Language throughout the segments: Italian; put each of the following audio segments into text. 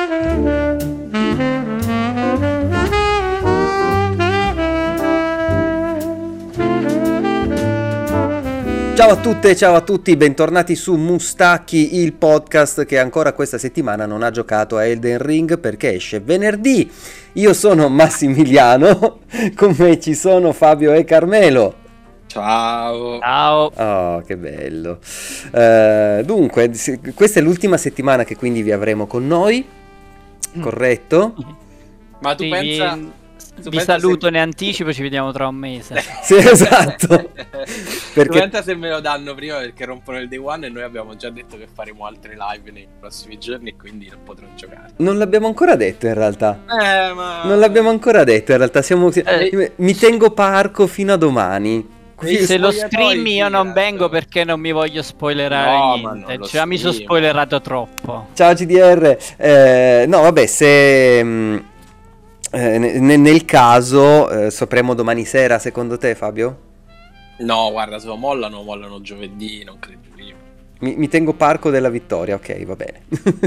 Ciao a tutte, ciao a tutti, bentornati su Mustacchi, il podcast che ancora questa settimana non ha giocato a Elden Ring perché esce venerdì. Io sono Massimiliano, con me ci sono Fabio e Carmelo. Ciao. Ciao. Oh, che bello. Dunque, questa è l'ultima settimana che quindi vi avremo con noi, corretto? Ma tu Sì, pensa... Vi saluto, ne anticipo, ci vediamo tra un mese. Sì, esatto. Perché... pensa se me lo danno prima perché rompono il day one e noi abbiamo già detto che faremo altre live nei prossimi giorni e quindi non potrò giocare. Non l'abbiamo ancora detto in realtà. Ma... Non l'abbiamo ancora detto in realtà. Mi tengo parco fino a domani. Se lo streami io non vengo perché non mi voglio spoilerare niente. Cioè, mi sono spoilerato troppo. Ciao GDR. No, vabbè, se... nel caso sapremo domani sera, secondo te, Fabio? No, guarda, se lo mollano giovedì, non credo io. Mi tengo parco della vittoria, ok, va bene.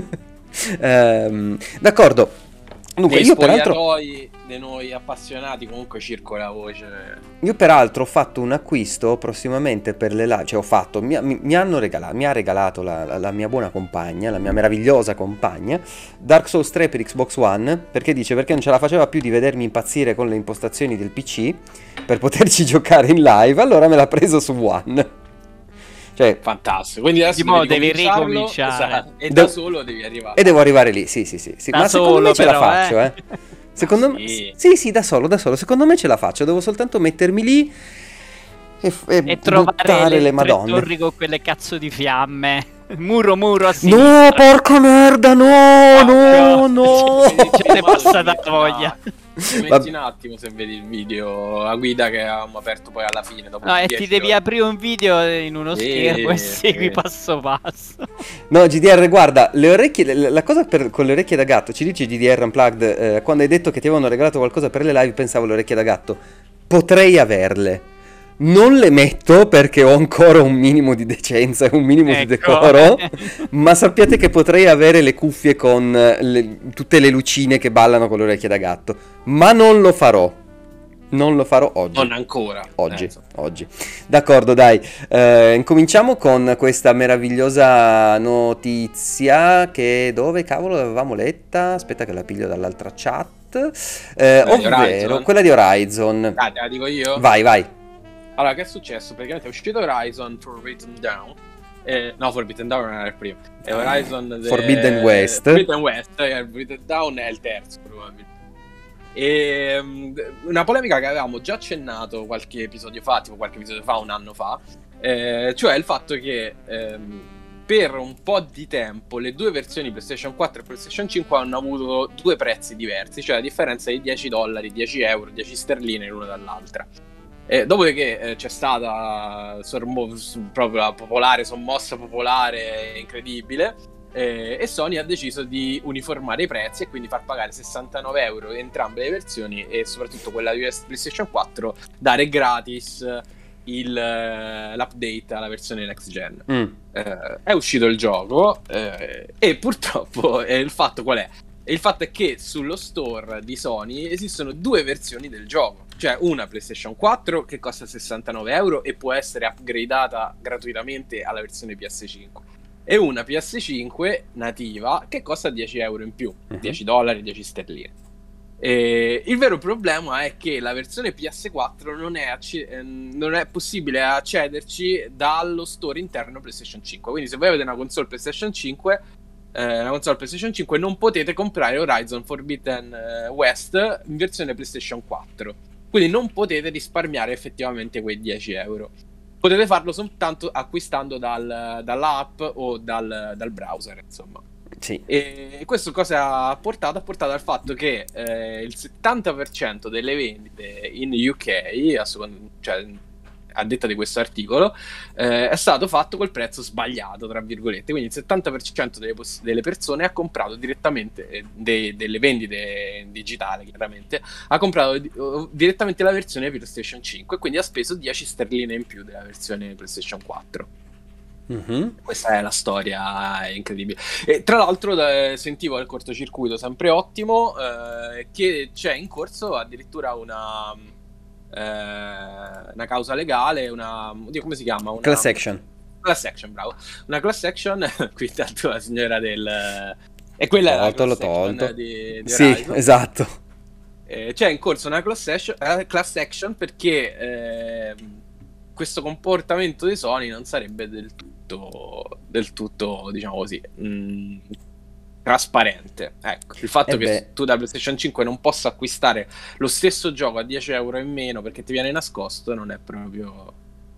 D'accordo. Dunque, nei io peraltro di noi appassionati comunque circola la voce. Io peraltro ho fatto un acquisto prossimamente per le live, cioè ho fatto, mi ha regalato la mia buona compagna, la mia meravigliosa compagna, Dark Souls 3 per Xbox One, perché non ce la faceva più di vedermi impazzire con le impostazioni del PC per poterci giocare in live, allora me l'ha preso su One. Cioè, fantastico, quindi adesso devi ricominciare e da solo devi arrivare. E devo arrivare lì, sì. Ma secondo me ce la faccio, Secondo me sì, da solo. Secondo me ce la faccio. Devo soltanto mettermi lì e trovare le madonne. Torri con quelle cazzo di fiamme. Muro a No, sinistra. porca merda, no. Ce n'è passata la voglia. Metti un attimo se vedi il video, la guida che abbiamo aperto poi alla fine. Dopo e ti devi aprire un video in uno schermo e segui passo passo. No, GDR, guarda, le orecchie, la cosa con le orecchie da gatto, ci dici GDR Unplugged, quando hai detto che ti avevano regalato qualcosa per le live, pensavo alle orecchie da gatto. Potrei averle. Non le metto perché ho ancora un minimo di decenza e un minimo di decoro, ma sappiate che potrei avere le cuffie con tutte le lucine che ballano con le orecchie da gatto, ma non lo farò. Non lo farò oggi. Non ancora. Oggi. D'accordo, dai. Incominciamo con questa meravigliosa notizia che dove cavolo l'avevamo letta? Aspetta che la piglio dall'altra chat. Ovvero quella di Horizon. Te la dico io? Vai. Allora, che è successo? Praticamente è uscito Horizon Forbidden Down. No, Forbidden Down non era il primo. È Horizon Forbidden West. Forbidden Down è il terzo, probabilmente. E una polemica che avevamo già accennato qualche episodio fa, un anno fa, cioè il fatto che per un po' di tempo le due versioni PlayStation 4 e PlayStation 5 hanno avuto due prezzi diversi, cioè la differenza di $10, 10 euro, 10 sterline l'una dall'altra. Dopodiché c'è stata proprio la popolare sommossa popolare incredibile, e Sony ha deciso di uniformare i prezzi e quindi far pagare 69 euro entrambe le versioni e soprattutto quella di PlayStation 4 dare gratis l'update alla versione next gen. È uscito il gioco e purtroppo il fatto qual è? Il fatto è che sullo store di Sony esistono due versioni del gioco, cioè una PlayStation 4 che costa 69 euro e può essere upgradata gratuitamente alla versione PS5 e una PS5 nativa che costa 10 euro in più, $10, 10 sterline. E il vero problema è che la versione PS4 non è possibile accederci dallo store interno PlayStation 5, quindi se voi avete una console PlayStation 5 non potete comprare Horizon Forbidden West in versione PlayStation 4, quindi non potete risparmiare effettivamente quei 10 euro. Potete farlo soltanto acquistando dall'app o dal browser, insomma. Sì. E questo cosa ha portato? Ha portato al fatto che il 70% delle vendite in UK, cioè a detta di questo articolo, è stato fatto col prezzo sbagliato, tra virgolette. Quindi il 70% delle persone ha comprato direttamente delle vendite digitali, chiaramente, ha comprato direttamente la versione PlayStation 5 e quindi ha speso 10 sterline in più della versione PlayStation 4. Questa è la storia, è incredibile. E tra l'altro sentivo al cortocircuito, sempre ottimo, che c'è in corso addirittura una causa legale, oddio, come si chiama? Class action. Class action, bravo. Una class action, qui tanto la signora del... E quella è la class action di sì, Horizon. Esatto. C'è in corso una class action perché questo comportamento di Sony non sarebbe del tutto, diciamo così, trasparente. Ecco, il fatto che tu da PlayStation 5 non possa acquistare lo stesso gioco a 10 euro in meno perché ti viene nascosto non è proprio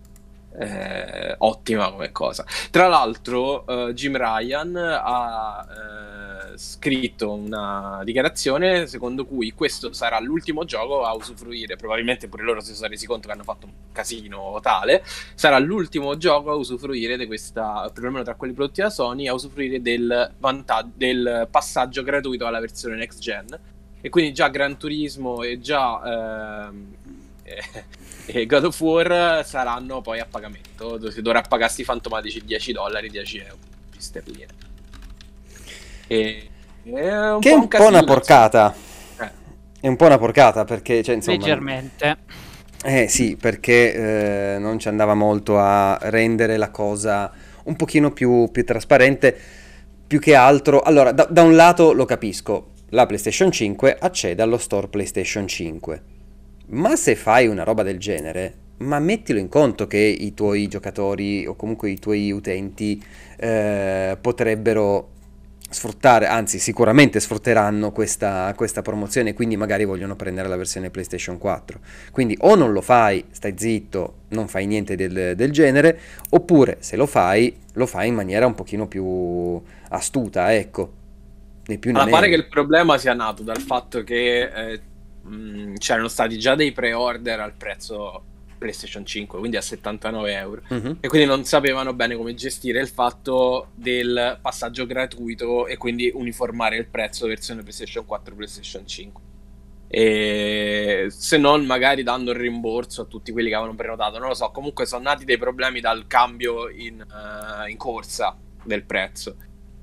ottima come cosa. Tra l'altro Jim Ryan ha scritto una dichiarazione secondo cui questo sarà l'ultimo gioco a usufruire, probabilmente pure loro si sono resi conto che hanno fatto un casino tale, sarà l'ultimo gioco a usufruire di questa, perlomeno tra quelli prodotti da Sony, a usufruire del passaggio gratuito alla versione next gen, e quindi già Gran Turismo e già e God of War saranno poi a pagamento, dove si dovrà pagarsi fantomatici $10, 10 euro di sterline. Che è un po' una porcata. È un po' una porcata perché, cioè, insomma, leggermente. Sì, perché non ci andava molto a rendere la cosa un pochino più trasparente, più che altro. Allora, da un lato lo capisco, la PlayStation 5 accede allo store PlayStation 5. Ma se fai una roba del genere, ma mettilo in conto che i tuoi giocatori o comunque i tuoi utenti potrebbero sfruttare, anzi sicuramente sfrutteranno questa promozione, quindi magari vogliono prendere la versione PlayStation 4. Quindi o non lo fai, stai zitto, non fai niente del genere, oppure se lo fai in maniera un pochino più astuta, ecco. Pare che il problema sia nato dal fatto che c'erano stati già dei pre-order al prezzo PlayStation 5, quindi a 79 euro, e quindi non sapevano bene come gestire il fatto del passaggio gratuito e quindi uniformare il prezzo versione PlayStation 4 PlayStation 5, e se non magari dando il rimborso a tutti quelli che avevano prenotato, non lo so. Comunque sono nati dei problemi dal cambio in corsa del prezzo.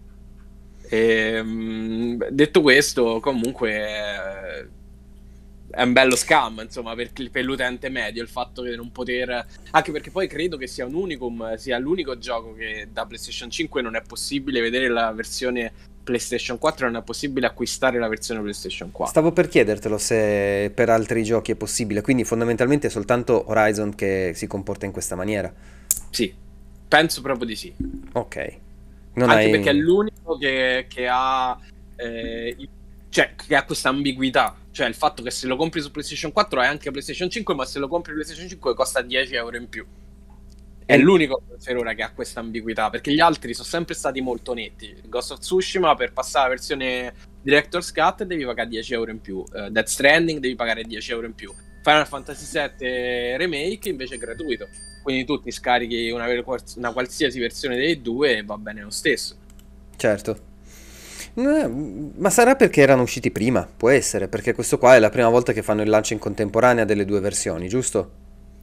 Detto questo, comunque è un bello scam, insomma, per l'utente medio, il fatto di non poter, anche perché poi credo che sia un unicum, sia l'unico gioco che da PlayStation 5 non è possibile vedere la versione PlayStation 4, non è possibile acquistare la versione PlayStation 4. Stavo per chiedertelo se per altri giochi è possibile, quindi fondamentalmente è soltanto Horizon che si comporta in questa maniera. Sì, penso proprio di sì. Ok. Perché è l'unico che ha cioè che ha questa ambiguità, cioè il fatto che se lo compri su PlayStation 4 hai anche PlayStation 5, ma se lo compri PlayStation 5 costa 10 euro in più. È l'unico per ora che ha questa ambiguità, perché gli altri sono sempre stati molto netti. Ghost of Tsushima, per passare la versione Director's Cut devi pagare 10 euro in più, Death Stranding devi pagare 10 euro in più, Final Fantasy VII Remake invece è gratuito, quindi tu ti scarichi una qualsiasi versione dei due e va bene lo stesso. Certo. Ma sarà perché erano usciti prima? Può essere, perché questo qua è la prima volta che fanno il lancio in contemporanea delle due versioni, giusto?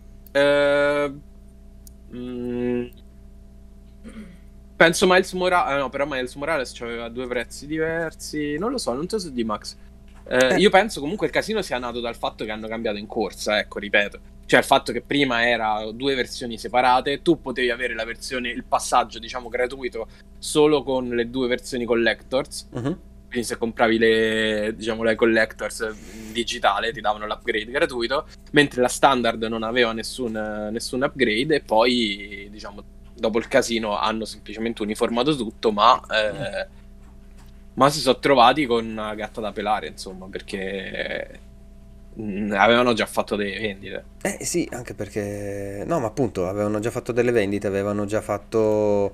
Penso Miles Morales. No, però Miles Morales aveva due prezzi diversi. Non lo so, non so su D-Max. Io penso comunque il casino sia nato dal fatto che hanno cambiato in corsa, ecco, ripeto. Cioè il fatto che prima era due versioni separate, tu potevi avere la versione, il passaggio, diciamo, gratuito solo con le due versioni collectors. Quindi se compravi le collectors in digitale ti davano l'upgrade gratuito, mentre la standard non aveva nessun upgrade, e poi, diciamo, dopo il casino hanno semplicemente uniformato tutto, ma si sono trovati con una gatta da pelare, insomma, perché avevano già fatto delle vendite. Sì, anche perché no, ma appunto avevano già fatto delle vendite, avevano già fatto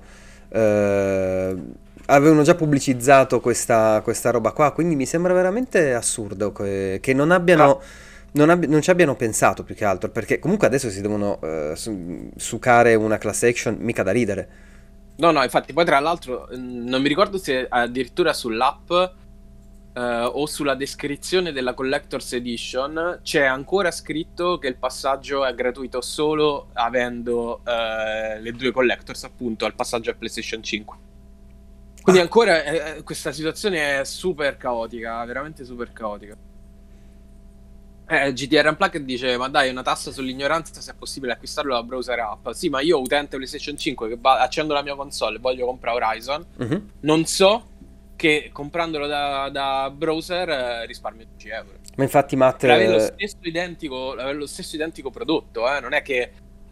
avevano già pubblicizzato questa roba qua, quindi mi sembra veramente assurdo che non abbiano non ci abbiano pensato, più che altro, perché comunque adesso si devono sucare una class action mica da ridere. No, infatti poi tra l'altro non mi ricordo se addirittura sull'app o sulla descrizione della Collector's Edition c'è ancora scritto che il passaggio è gratuito solo avendo le 2 Collectors, appunto, al passaggio a PlayStation 5. Quindi ancora questa situazione è super caotica, veramente super caotica. GTR Unplugged dice: ma dai, una tassa sull'ignoranza, se è possibile acquistarlo da browser app. Sì, ma io, utente PlayStation 5, che accendo la mia console e voglio comprare Horizon, non so che comprandolo da browser risparmio 10 euro. Ma infatti, Matt, avere lo stesso identico prodotto, non è che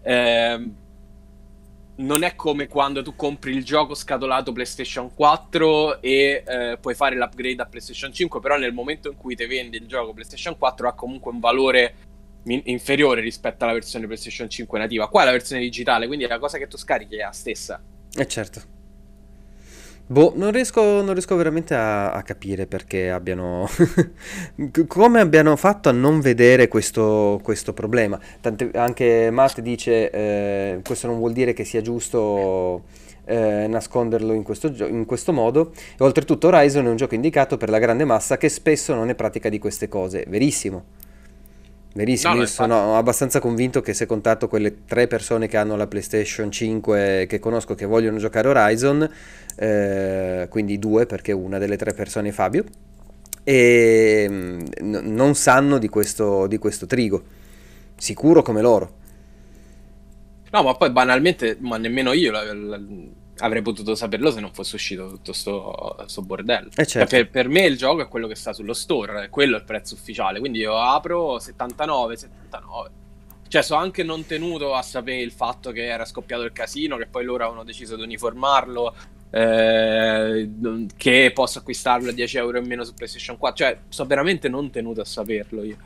non è come quando tu compri il gioco scatolato PlayStation 4 e puoi fare l'upgrade a PlayStation 5, però nel momento in cui ti vendi il gioco PlayStation 4 ha comunque un valore inferiore rispetto alla versione PlayStation 5 nativa. Qua è la versione digitale, quindi la cosa che tu scarichi è la stessa. Certo. Boh, non riesco veramente a capire perché abbiano come abbiano fatto a non vedere questo problema. Anche Matt dice questo non vuol dire che sia giusto nasconderlo in questo modo, e oltretutto Horizon è un gioco indicato per la grande massa che spesso non è pratica di queste cose. Verissimo. Verissimo, io sono abbastanza convinto che se contatto quelle 3 persone che hanno la PlayStation 5 che conosco che vogliono giocare Horizon, quindi 2 perché una delle 3 persone è Fabio, e non sanno di questo trigo, sicuro come loro. No, ma poi banalmente, ma nemmeno io avrei potuto saperlo se non fosse uscito tutto sto bordello. Certo. Per me il gioco è quello che sta sullo store, quello è il prezzo ufficiale, quindi io apro 79. Cioè, so anche non tenuto a sapere il fatto che era scoppiato il casino, che poi loro avevano deciso di uniformarlo, che posso acquistarlo a 10 euro in meno su PlayStation 4. Cioè, so veramente non tenuto a saperlo io.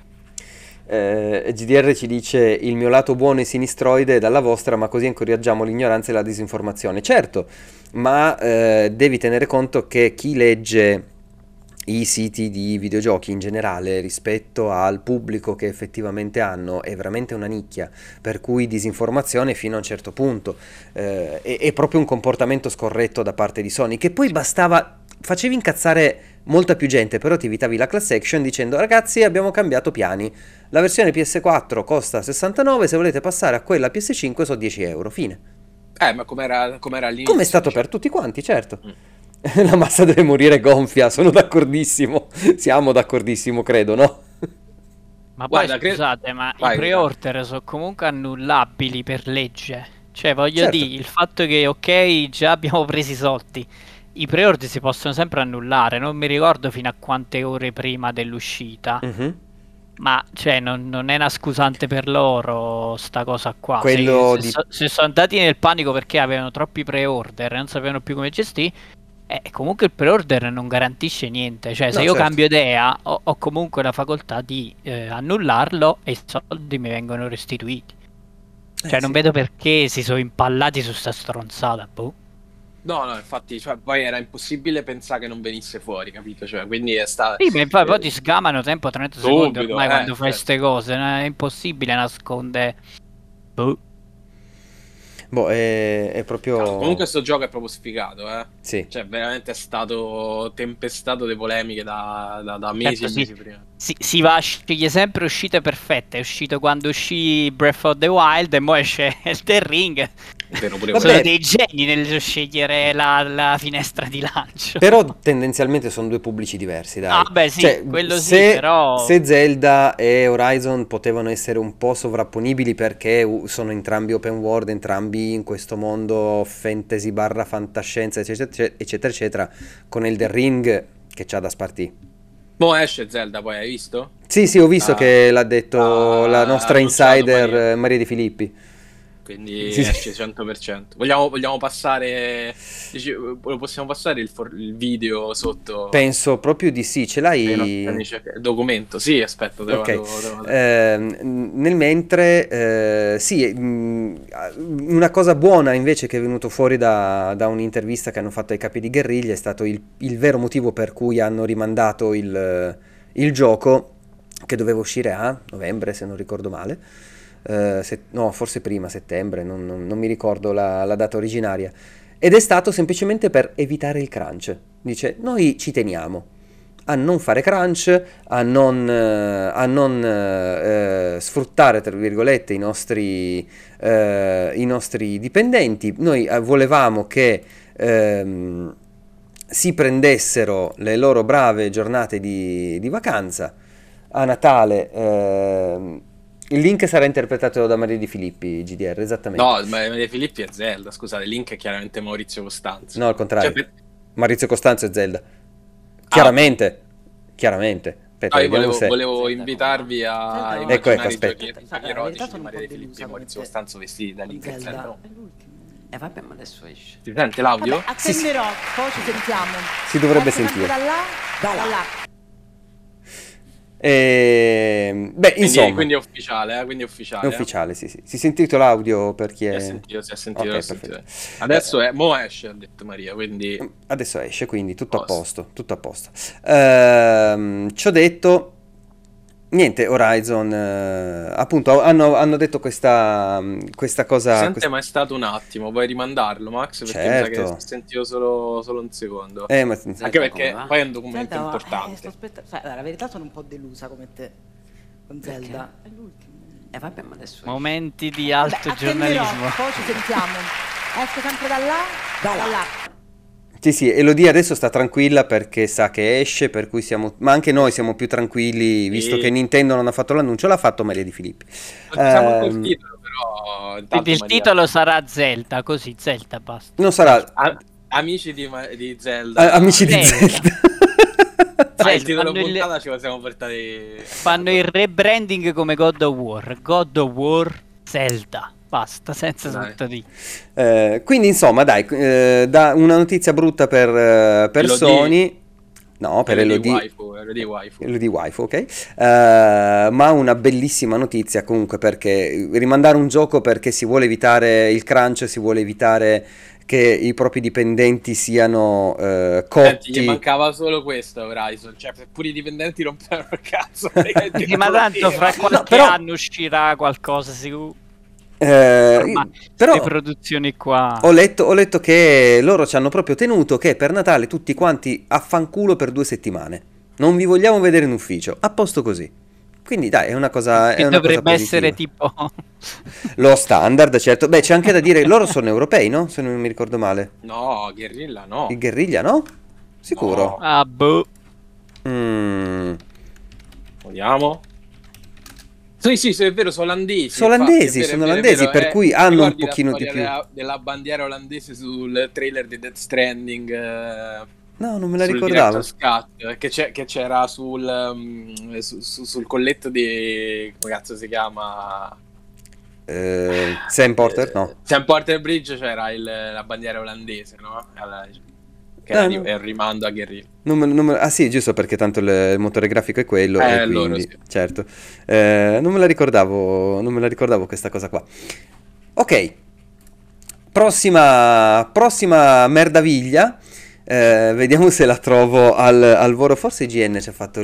GDR ci dice: il mio lato buono e sinistroide dalla vostra, ma così incoraggiamo l'ignoranza e la disinformazione. Certo, ma devi tenere conto che chi legge i siti di videogiochi in generale rispetto al pubblico che effettivamente hanno è veramente una nicchia, per cui disinformazione fino a un certo punto, è proprio un comportamento scorretto da parte di Sony, che poi facevi incazzare molta più gente, però ti evitavi la class action dicendo: ragazzi, abbiamo cambiato piani, la versione PS4 costa 69, se volete passare a quella PS5 sono 10 euro, fine. Ma com'era all'inizio? Come è stato per tutti quanti, certo. La massa deve morire gonfia, sono d'accordissimo, siamo d'accordissimo, credo, no? Ma poi scusate, ma i pre-order sono comunque annullabili per legge. Cioè, voglio dire, il fatto che, ok, già abbiamo preso i soldi, i pre-order si possono sempre annullare. Non mi ricordo fino a quante ore prima dell'uscita. Ma cioè non è una scusante per loro sta cosa qua. Se sono andati nel panico perché avevano troppi pre-order e non sapevano più come gestire, comunque il pre-order non garantisce niente. Cioè, se io cambio idea ho comunque la facoltà di annullarlo e i soldi mi vengono restituiti. Cioè, non vedo perché si sono impallati su sta stronzata, boh. No, infatti, cioè, poi era impossibile pensare che non venisse fuori, capito? Cioè, quindi è stato... Sì, ma poi ti sgamano tempo 30 secondi ormai quando fai queste cose, è impossibile nascondere. Boh. Boh, è proprio... comunque sto gioco è proprio sfigato, Sì. Cioè, veramente è stato tempestato di polemiche da mesi e mesi prima. Si va a scegliere sempre uscite perfette. È uscito quando uscì Breath of the Wild e mo esce Elden Ring. Sono dei geni nel scegliere la finestra di lancio. Però tendenzialmente sono 2 pubblici diversi, dai. Beh sì, cioè, quello però... Se Zelda e Horizon potevano essere un po' sovrapponibili perché sono entrambi open world, entrambi in questo mondo fantasy / fantascienza, eccetera, eccetera, con Elden Ring che c'ha da spartire. Mo esce Zelda, poi hai visto? Sì, ho visto che l'ha detto la nostra insider Maria Di Filippi. Quindi esce 100%. Vogliamo passare... lo possiamo passare il video sotto? Penso proprio di sì. Ce l'hai? Il documento, sì, aspetta. Nel mentre, sì, una cosa buona invece che è venuto fuori da un'intervista che hanno fatto ai capi di guerriglia è stato il vero motivo per cui hanno rimandato il gioco, che doveva uscire a novembre, se non ricordo male. No, forse prima, settembre, non mi ricordo la data originaria, ed è stato semplicemente per evitare il crunch. Dice: noi ci teniamo a non fare crunch, a non sfruttare, tra virgolette, i nostri dipendenti. Noi volevamo che si prendessero le loro brave giornate di vacanza. A Natale il Link sarà interpretato da Maria Di Filippi, GDR, esattamente. No, Maria Di Filippi è Zelda, scusate, Link è chiaramente Maurizio Costanzo. No, al contrario. Maurizio Costanzo è Zelda. Chiaramente. Aspetta, no, io volevo invitarvi a immaginare i giochi erotici di Maria Di Filippi e Maurizio Costanzo vestiti da Link e Zelda. Vabbè, ma adesso esce. Si sente l'audio? Vabbè, accenderò, poi ci sentiamo. Si dovrebbe sentire. Da là. Insomma. Quindi è ufficiale, Quindi è ufficiale. È ufficiale, sì. Si è sentito l'audio per chi è... Si è sentito. Okay, Adesso mo esce, ha detto Maria, quindi... Adesso esce, quindi tutto a posto. Ci ho detto... Niente, Horizon, appunto, hanno detto questa cosa... Sente, ma è stato un attimo, vuoi rimandarlo, Max? Perché mi sa che ho sentito solo un secondo. Anche perché poi è un documento Zelda, importante. La verità sono un po' delusa come te con Zelda. È l'ultimo. Vabbè, ma adesso momenti di alto giornalismo. Poi ci sentiamo. Esco sempre da là. Sì, Elodie adesso sta tranquilla perché sa che esce, per cui ma anche noi siamo più tranquilli, visto che Nintendo non ha fatto l'annuncio, l'ha fatto Maria Di Filippi. Diciamo il titolo, però... Il titolo sarà Zelda, così, Zelda, basta. Non sarà... Amici di Zelda. Amici di Zelda. Il titolo puntata ce lo siamo portati... Fanno il rebranding come God of War Zelda. Basta, senza tutto di. Quindi insomma, dai, da una notizia brutta per Sony. No, per Elodie Waifu, ok. Ma una bellissima notizia comunque, perché rimandare un gioco perché si vuole evitare il crunch, si vuole evitare che i propri dipendenti siano cotti. Senti, gli mancava solo questo Horizon, cioè pure i dipendenti romperanno il cazzo. Ma tanto fra qualche anno uscirà qualcosa sicuro. Però produzioni qua ho letto che loro ci hanno proprio tenuto che per Natale tutti quanti affanculo per 2 settimane, non vi vogliamo vedere in ufficio, a posto così. Quindi dai, è una cosa dovrebbe essere tipo lo standard, certo. Beh, c'è anche da dire, loro sono europei, no? Se non mi ricordo male. No, Guerrilla no. Il Guerriglia no? Sicuro? No. Vediamo. Sì, è vero, sono olandesi. Sono olandesi, per cui hanno un pochino di più. Della bandiera olandese sul trailer di Death Stranding. No, non me la ricordavo. Che c'era sul colletto di... come cazzo si chiama? Sam Porter, no. Sam Porter Bridge c'era la bandiera olandese, no? Che è un rimando a Guerrilla. Sì, giusto, perché tanto il motore grafico è quello, e quindi, loro, sì. Certo. Non me la ricordavo questa cosa qua. Ok, prossima merdaviglia. Vediamo se la trovo al volo. Forse IGN ci ha fatto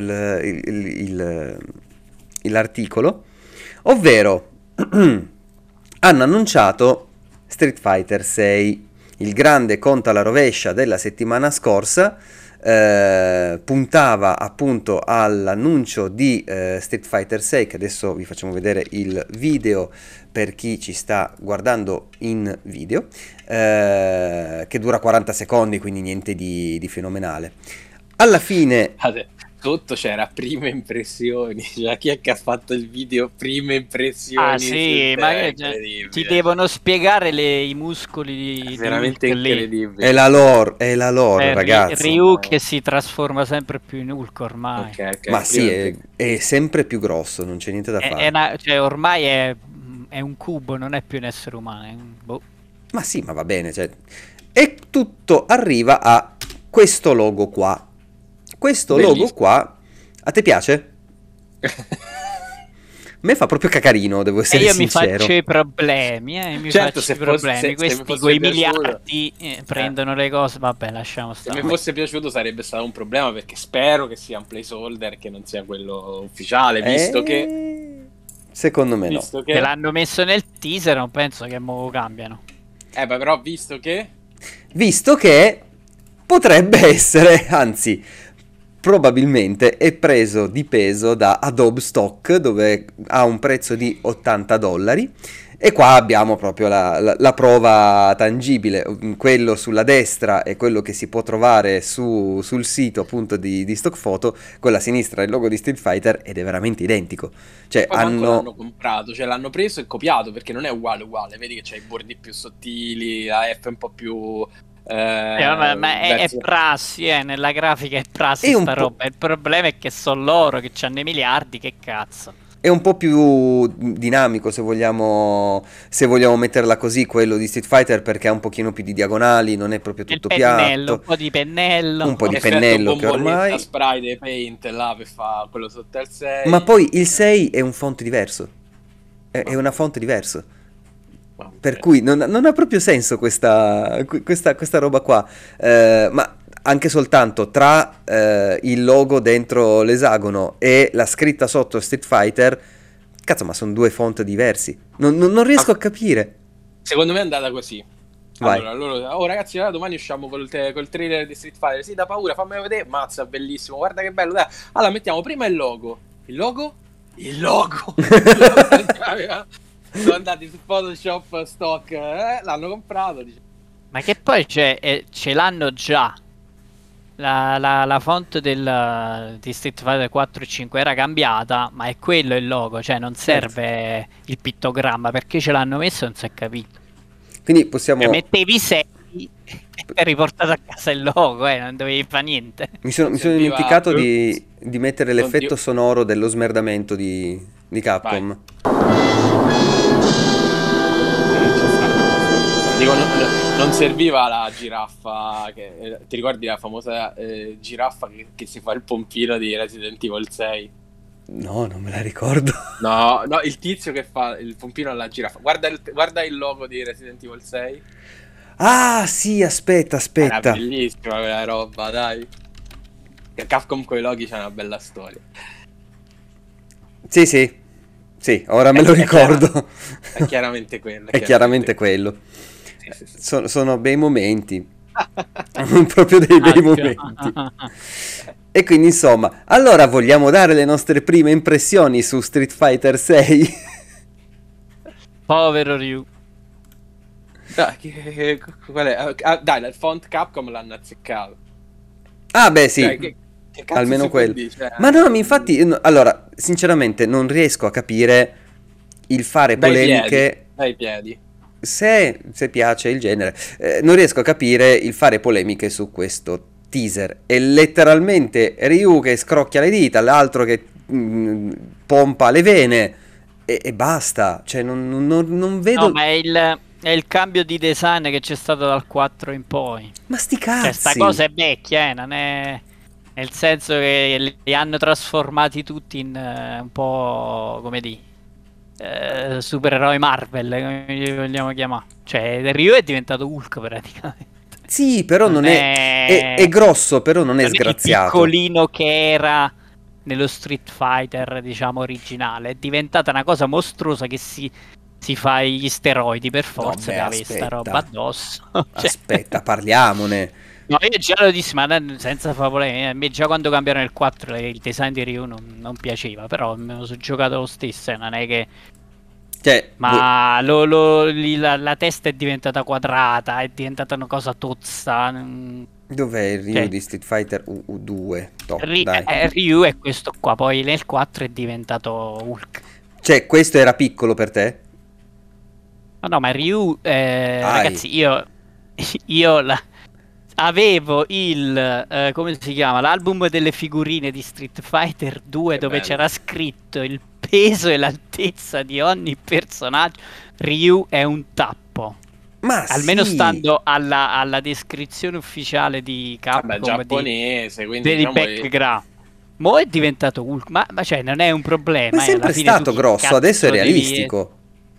l'articolo, ovvero hanno annunciato Street Fighter 6. Il grande conto alla rovescia della settimana scorsa puntava appunto all'annuncio di Street Fighter 6, che adesso vi facciamo vedere il video per chi ci sta guardando in video, che dura 40 secondi, quindi niente di fenomenale. Alla fine... Sotto c'era prime impressioni, cioè chi è che ha fatto il video prime impressioni? Sì, ma ti devono spiegare i muscoli veramente incredibile. È la lore, ragazzi. Ryu che si trasforma sempre più in Hulk ormai. Okay, ma sì, è sempre più grosso, non c'è niente da fare. Cioè ormai è un cubo, non è più un essere umano. Ma sì, ma va bene, cioè. E tutto arriva a questo logo qua. Questo logo qua, a te piace? A me fa proprio cacarino, devo essere sincero. Io mi faccio i problemi, questi coi miliardi prendono le cose, vabbè, lasciamo stare. Se mi fosse piaciuto sarebbe stato un problema, perché spero che sia un placeholder, che non sia quello ufficiale, visto che... Secondo me no. Che l'hanno messo nel teaser, non penso che mo cambiano. Però visto che... potrebbe essere, anzi... probabilmente è preso di peso da Adobe Stock, dove ha un prezzo di $80. E qua abbiamo proprio la prova tangibile. Quello sulla destra è quello che si può trovare sul sito appunto di Stock Photo, quella a sinistra è il logo di Street Fighter ed è veramente identico. Cioè poi l'hanno comprato, cioè l'hanno preso e copiato, perché non è uguale, vedi che c'è i bordi più sottili, la F è un po' più... ma è prassi, nella grafica è prassi sta roba. Il problema è che sono loro che hanno i miliardi, che cazzo. È un po' più dinamico, se vogliamo metterla così, quello di Street Fighter, perché ha un pochino più di diagonali, non è proprio tutto piatto. Un po' di pennello. Un po' di pennello che ormai... spray dei paint là per fare quello sotto il 6. Ma poi il 6 è un font diverso. È una font diversa. Per cui non ha proprio senso questa roba qua. Ma anche soltanto tra il logo dentro l'esagono e la scritta sotto Street Fighter, cazzo, ma sono due font diversi. Non riesco a capire. Secondo me è andata così. Vai. Allora, ragazzi, domani usciamo col trailer di Street Fighter. Sì, da paura, fammelo vedere. Mazza, bellissimo, guarda che bello. Dai. Allora, mettiamo prima il logo. Il logo? Sono andati su Photoshop stock, l'hanno comprato. Ma che poi ce l'hanno già. La font di Street Fighter 4 e 5 era cambiata, ma è quello il logo, cioè non serve il pittogramma, perché ce l'hanno messo non si è capito. Quindi possiamo... mettevi 6 e riportato a casa il logo, non dovevi fare niente. Mi sono dimenticato di mettere l'effetto sonoro dello smerdamento di Capcom. Dico, non serviva la giraffa, ti ricordi la famosa giraffa che si fa il pompino di Resident Evil 6? No, non me la ricordo. No, il tizio che fa il pompino alla giraffa. Guarda il logo di Resident Evil 6. Ah, sì, aspetta. Era bellissima quella roba, dai. Capcom con i loghi c'è una bella storia. Sì, ora me lo ricordo. È chiaramente quello. È chiaramente quello. Sì. Sono bei momenti. Proprio dei bei momenti. E quindi insomma, allora vogliamo dare le nostre prime impressioni su Street Fighter 6? Povero Ryu. Qual è? Dai, il font Capcom l'hanno azzeccato. Ah beh sì, che almeno quello. Cioè, ma no, infatti, allora, sinceramente non riesco a capire il fare polemiche. Dai piedi. Se piace il genere, non riesco a capire il fare polemiche su questo teaser. È letteralmente Ryu che scrocchia le dita, l'altro che pompa le vene e basta. Cioè non vedo. No, ma è il cambio di design che c'è stato dal 4 in poi. Ma sti cazzi. Cioè, sta cosa è vecchia, non è... Nel senso che li hanno trasformati tutti in un po', come dire, supereroi Marvel, come li vogliamo chiamare. Cioè Ryu è diventato Hulk praticamente. Sì, però non è grosso, però non è sgraziato. È piccolino che era nello Street Fighter, diciamo, originale. È diventata una cosa mostruosa che si fa gli steroidi per forza, che aveva sta roba addosso. Aspetta, parliamone. No, io già lo dissi, ma senza fare polemica. A me già quando cambiarono il 4 il design di Ryu non piaceva, però me lo sono giocato lo stesso, non è che... Cioè, ma la testa è diventata quadrata, è diventata una cosa tozza. Dov'è il Ryu di Street Fighter 2? Ryu è questo qua, poi nel 4 è diventato Hulk. Cioè, questo era piccolo per te? No, ma Ryu, ragazzi, io avevo il come si chiama, l'album delle figurine di Street Fighter 2 dove c'era scritto il peso e l'altezza di ogni personaggio. Ryu è un tappo, ma almeno sì, stando alla descrizione ufficiale di Capcom, giapponese, quindi di background. Mo è diventato Hulk, ma cioè non è un problema. Ma è sempre stato grosso, adesso è realistico.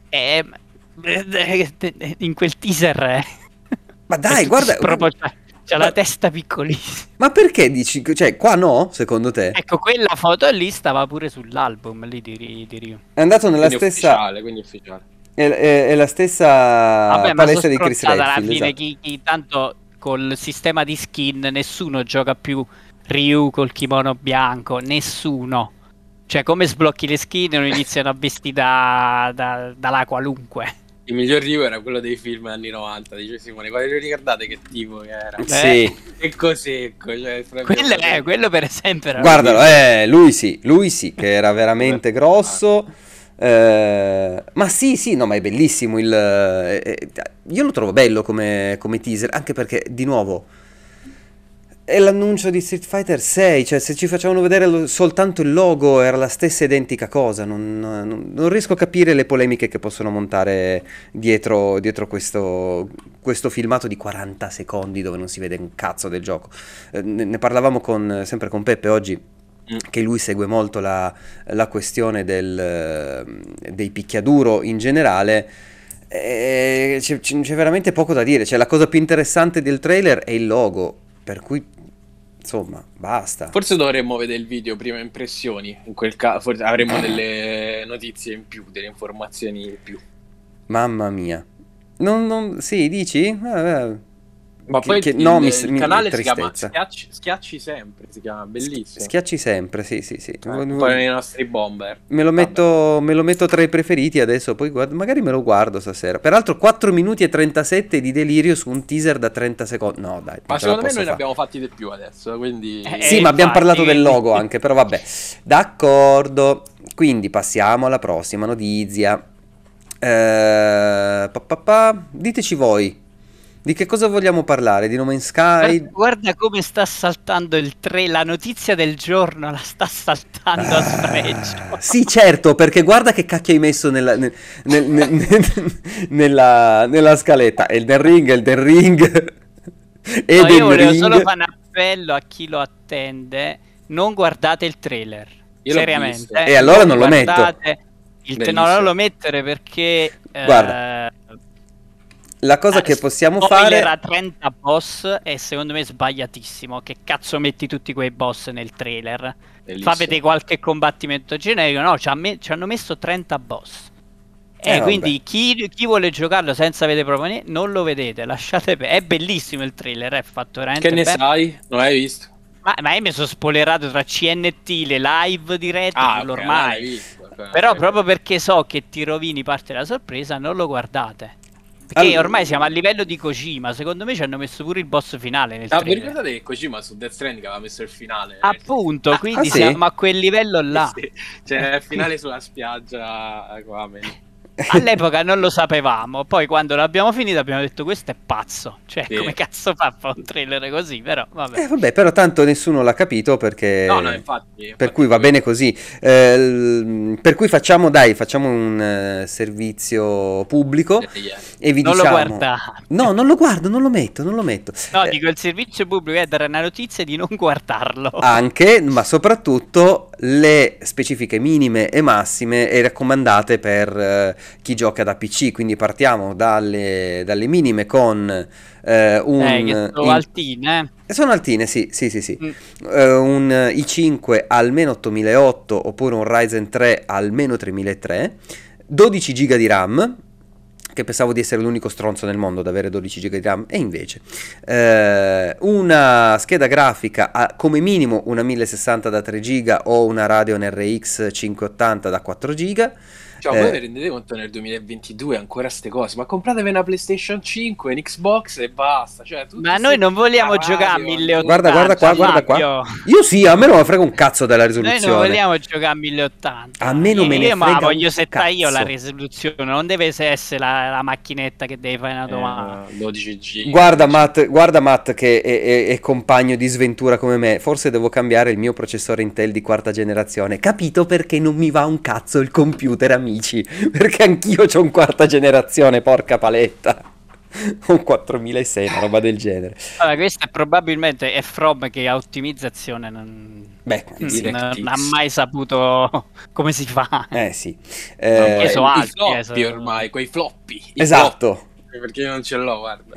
In quel teaser ma dai, guarda, proprio c'ha la testa piccolissima. Ma perché dici, cioè qua no, secondo te? Ecco, quella foto lì stava pure sull'album lì di Ryu. È andato nella quindi stessa ufficiale. È la stessa palestra di Chris Redfield, alla fine, esatto. chi tanto col sistema di skin nessuno gioca più Ryu col kimono bianco, nessuno. Cioè, come sblocchi le skin non iniziano a vestire dalla qualunque. Il miglior Ryu era quello dei film anni 90, dice Simone. Quale vi ricordate che tipo che era? Sì. E cosecco. Cioè, quello per esempio era... Guardalo, lui sì, che era veramente grosso. Ma sì, no, ma è bellissimo. Io lo trovo bello come teaser, anche perché, di nuovo, è l'annuncio di Street Fighter 6, cioè se ci facevano vedere soltanto il logo era la stessa identica cosa, non riesco a capire le polemiche che possono montare dietro questo filmato di 40 secondi dove non si vede un cazzo del gioco. Ne parlavamo sempre con Peppe oggi, che lui segue molto la questione dei picchiaduro in generale. C'è veramente poco da dire, cioè la cosa più interessante del trailer è il logo, per cui insomma basta. Forse dovremmo vedere il video prima impressioni, in quel caso forse avremo delle notizie in più, delle informazioni in più. Mamma mia, sì, dici? Ma poi il canale si chiama Schiacci Sempre, si chiama, bellissimo. Schiacci Sempre, sì. Poi nei nostri bomber. Me lo metto tra i preferiti adesso, poi magari me lo guardo stasera. Peraltro 4 minuti e 37 di delirio su un teaser da 30 secondi. No, dai. Ma secondo me noi ne abbiamo fatti di più adesso, quindi... Sì, ma abbiamo parlato del logo anche, però vabbè. D'accordo. Quindi passiamo alla prossima notizia. Diteci voi. Di che cosa vogliamo parlare? Di No Man's Sky? Guarda come sta saltando la notizia del giorno, la sta saltando a sfregio. Sì, certo, perché guarda che cacchio hai messo nella scaletta. Elden Ring. Io volevo solo fare un appello a chi lo attende: non guardate il trailer. Seriamente. E allora non lo metto. No, non lo mettere perché... Guarda. La cosa che possiamo fare era 30 boss e secondo me è sbagliatissimo. Che cazzo metti tutti quei boss nel trailer? Bellissimo. Fa vedere qualche combattimento generico. No, ci hanno messo 30 boss. Quindi chi vuole giocarlo senza vedere proprio niente, non lo vedete, lasciate è bellissimo il trailer, è fatto veramente bene. Che ne sai? Non l'hai visto? Ma io mi sono spoilerato tra CNT, le live dirette, ormai. Però proprio perché so che ti rovini parte della sorpresa, non lo guardate. Perché ormai siamo a livello di Kojima. Secondo me ci hanno messo pure il boss finale nel trailer. Vi ricordate che Kojima su Death Stranding aveva messo il finale? Appunto, quindi siamo a quel livello là. Sì. Cioè il finale sulla spiaggia Aquaman. All'epoca non lo sapevamo, poi quando l'abbiamo finito abbiamo detto questo è pazzo. Cioè come cazzo fa un trailer così? Però vabbè. Però tanto nessuno l'ha capito perché... No, infatti. Per cui va bene così. Per cui facciamo un servizio pubblico e vi non diciamo... lo guardate. No, non lo guardo, non lo metto. No, dico il servizio pubblico è dare una notizia di non guardarlo. Anche, ma soprattutto le specifiche minime e massime e raccomandate per chi gioca da PC, quindi partiamo dalle minime con altine. Sono altine, sì. Un i5 almeno 8008 oppure un Ryzen 3 almeno 3300, 12 GB di RAM, che pensavo di essere l'unico stronzo nel mondo ad avere 12 GB di RAM, e invece una scheda grafica come minimo una 1060 da 3 GB o una Radeon RX 580 da 4 GB. Cioè, voi vi rendete conto nel 2022 ancora ste cose? Ma compratevi una PlayStation 5, un Xbox e basta. Cioè, ma noi non vogliamo giocare a 1080. Guarda qua. Io sì, a me non mi frega un cazzo della risoluzione. Noi non vogliamo giocare a 1080. A me non me ne frega. Ma voglio settare io la risoluzione. Non deve essere la macchinetta che devi fare una domanda. 12 G. Guarda Matt che è compagno di sventura come me. Forse devo cambiare il mio processore Intel di quarta generazione. Capito perché non mi va un cazzo il computer, amici? Perché anch'io c'ho un quarta generazione, porca paletta. Un 4006, una roba del genere. Allora, questa è probabilmente è From che a ottimizzazione non ha mai saputo come si fa. Sì. I floppy ormai, quei floppy. Esatto. Floppy, perché io non ce l'ho, guarda.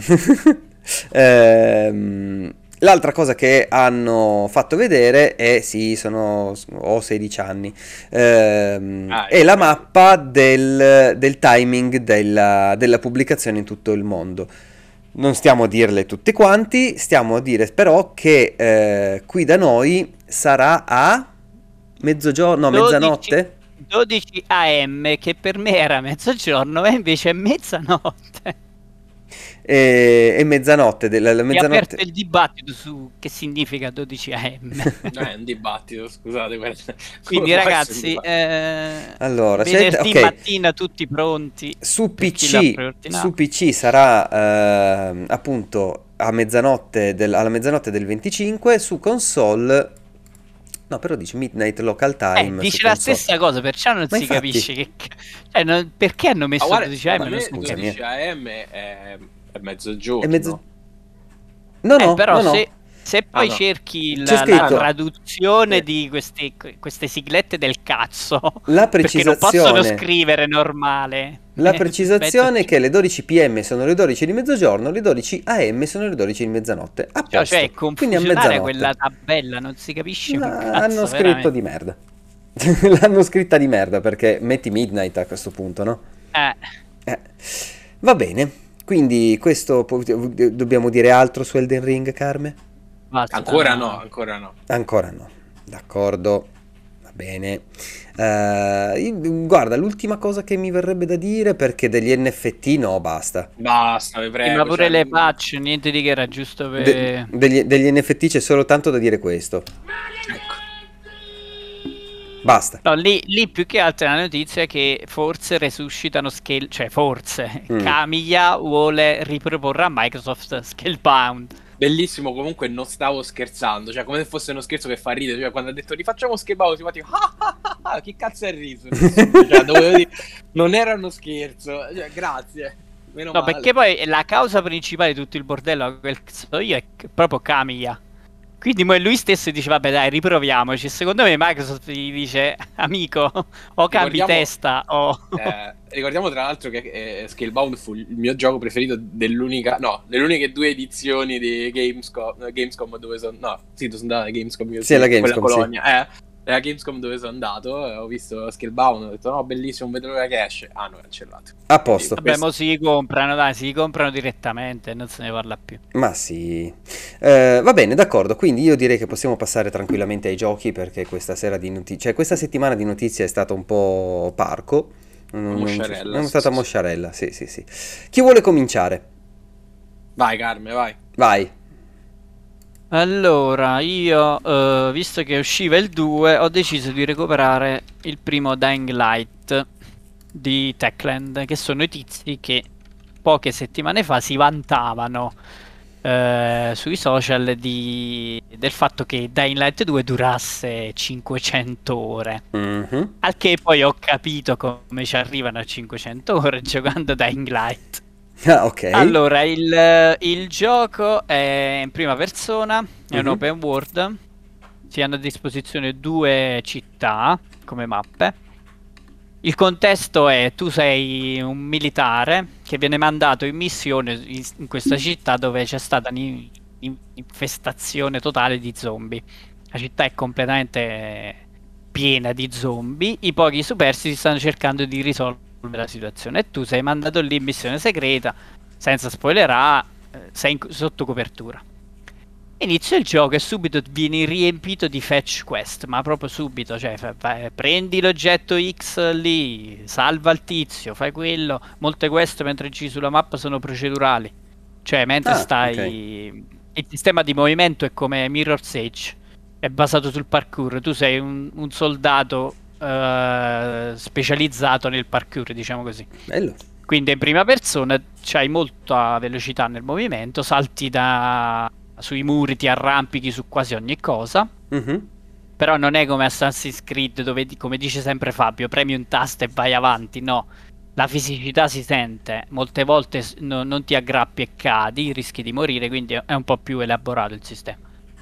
L'altra cosa che hanno fatto vedere è, ho 16 anni, è la mappa del timing della pubblicazione in tutto il mondo. Non stiamo a dirle tutte quanti, stiamo a dire però che qui da noi sarà a mezzogiorno, no, 12, mezzanotte? 12 AM, che per me era mezzogiorno e invece è mezzanotte. E mezzanotte, la Mi ha mezzanotte... aperto il dibattito su che significa 12 AM. È un dibattito, scusate. Quindi ragazzi, allora, venerdì okay. mattina tutti pronti. Su PC sarà appunto a mezzanotte alla mezzanotte del 25, su console... No, però dice Midnight Local Time. Dice la stessa cosa, perciò non si capisce che... Cioè, perché hanno messo 12 AM? 12 AM è mezzogiorno. No, però no. Se poi cerchi C'è la scritto... traduzione di queste siglette del cazzo, la perché non precisazione... possono scrivere normale. La precisazione è che le 12 PM sono le 12 di mezzogiorno, le 12 AM sono le 12 di mezzanotte. A posto. Cioè, è confusionare quella tabella, non si capisce un cazzo. Hanno scritto di merda. L'hanno scritta di merda, perché metti Midnight a questo punto, no? Va bene. Quindi questo dobbiamo dire altro su Elden Ring, Carme? Basta. Ancora no. Ancora no. D'accordo. Va bene. Guarda, l'ultima cosa che mi verrebbe da dire, perché degli NFT no, basta, vi prego. Ma pure le patch, niente di che, era giusto per... degli NFT c'è solo tanto da dire questo. Ecco. Basta. No, lì più che altro è la notizia che forse resuscitano Scale, cioè forse Camilla vuole riproporre a Microsoft Scalebound. Bellissimo, comunque non stavo scherzando, cioè come se fosse uno scherzo che fa ridere, cioè quando ha detto rifacciamo Scalebound si fa tipo chi cazzo è riso? Cioè, dovevo dire, non era uno scherzo, cioè, grazie. Meno male. Perché poi la causa principale di tutto il bordello, quel che so io, è proprio Camilla. Quindi lui stesso dice vabbè dai riproviamoci. Secondo me Microsoft gli dice amico o cambi testa o... ricordiamo tra l'altro che Scalebound fu il mio gioco preferito delle uniche 2 edizioni di Gamescom dove sono... No, sì, sono andato a Gamescom. Sì, la Gamescom, Colonia. Sì. La Gamescom dove sono andato, ho visto Scalebound, ho detto no, bellissimo, non vedo l'ora che esce. Hanno cancellato. A posto. Vabbè, mo si comprano direttamente, non se ne parla più. Ma sì. Va bene, d'accordo, quindi io direi che possiamo passare tranquillamente ai giochi, perché questa sera questa settimana di notizie è stata un po' parco. Mosciarella. È stata mosciarella, sì. Chi vuole cominciare? Vai Carme, vai. Vai. Allora, io, visto che usciva il 2, ho deciso di recuperare il primo Dying Light di Techland, che sono i tizi che poche settimane fa si vantavano sui social del fatto che Dying Light 2 durasse 500 ore. Al che poi ho capito come ci arrivano a 500 ore giocando Dying Light. Ok. Allora, il gioco è in prima persona, è un open world, si hanno a disposizione 2 città come mappe. Il contesto è: tu sei un militare che viene mandato in missione in questa città dove c'è stata un'infestazione totale di zombie. La città è completamente piena di zombie, i pochi superstiti stanno cercando di risolvere la situazione e tu sei mandato lì in missione segreta, senza spoilerare, sei sotto copertura. Inizia il gioco e subito vieni riempito di fetch quest, ma proprio subito, cioè prendi l'oggetto X lì, salva il tizio, fai quello. Molte quest mentre giri sulla mappa sono procedurali, cioè mentre stai... Okay. Il sistema di movimento è come Mirror's Edge, è basato sul parkour, tu sei un soldato specializzato nel parkour, diciamo così. Bello. Quindi in prima persona c'hai molta velocità nel movimento, salti sui muri, ti arrampichi su quasi ogni cosa. Però non è come Assassin's Creed dove, come dice sempre Fabio, premi un tasto e vai avanti. No, la fisicità si sente, molte volte non ti aggrappi e cadi, rischi di morire, quindi è un po' più elaborato il sistema.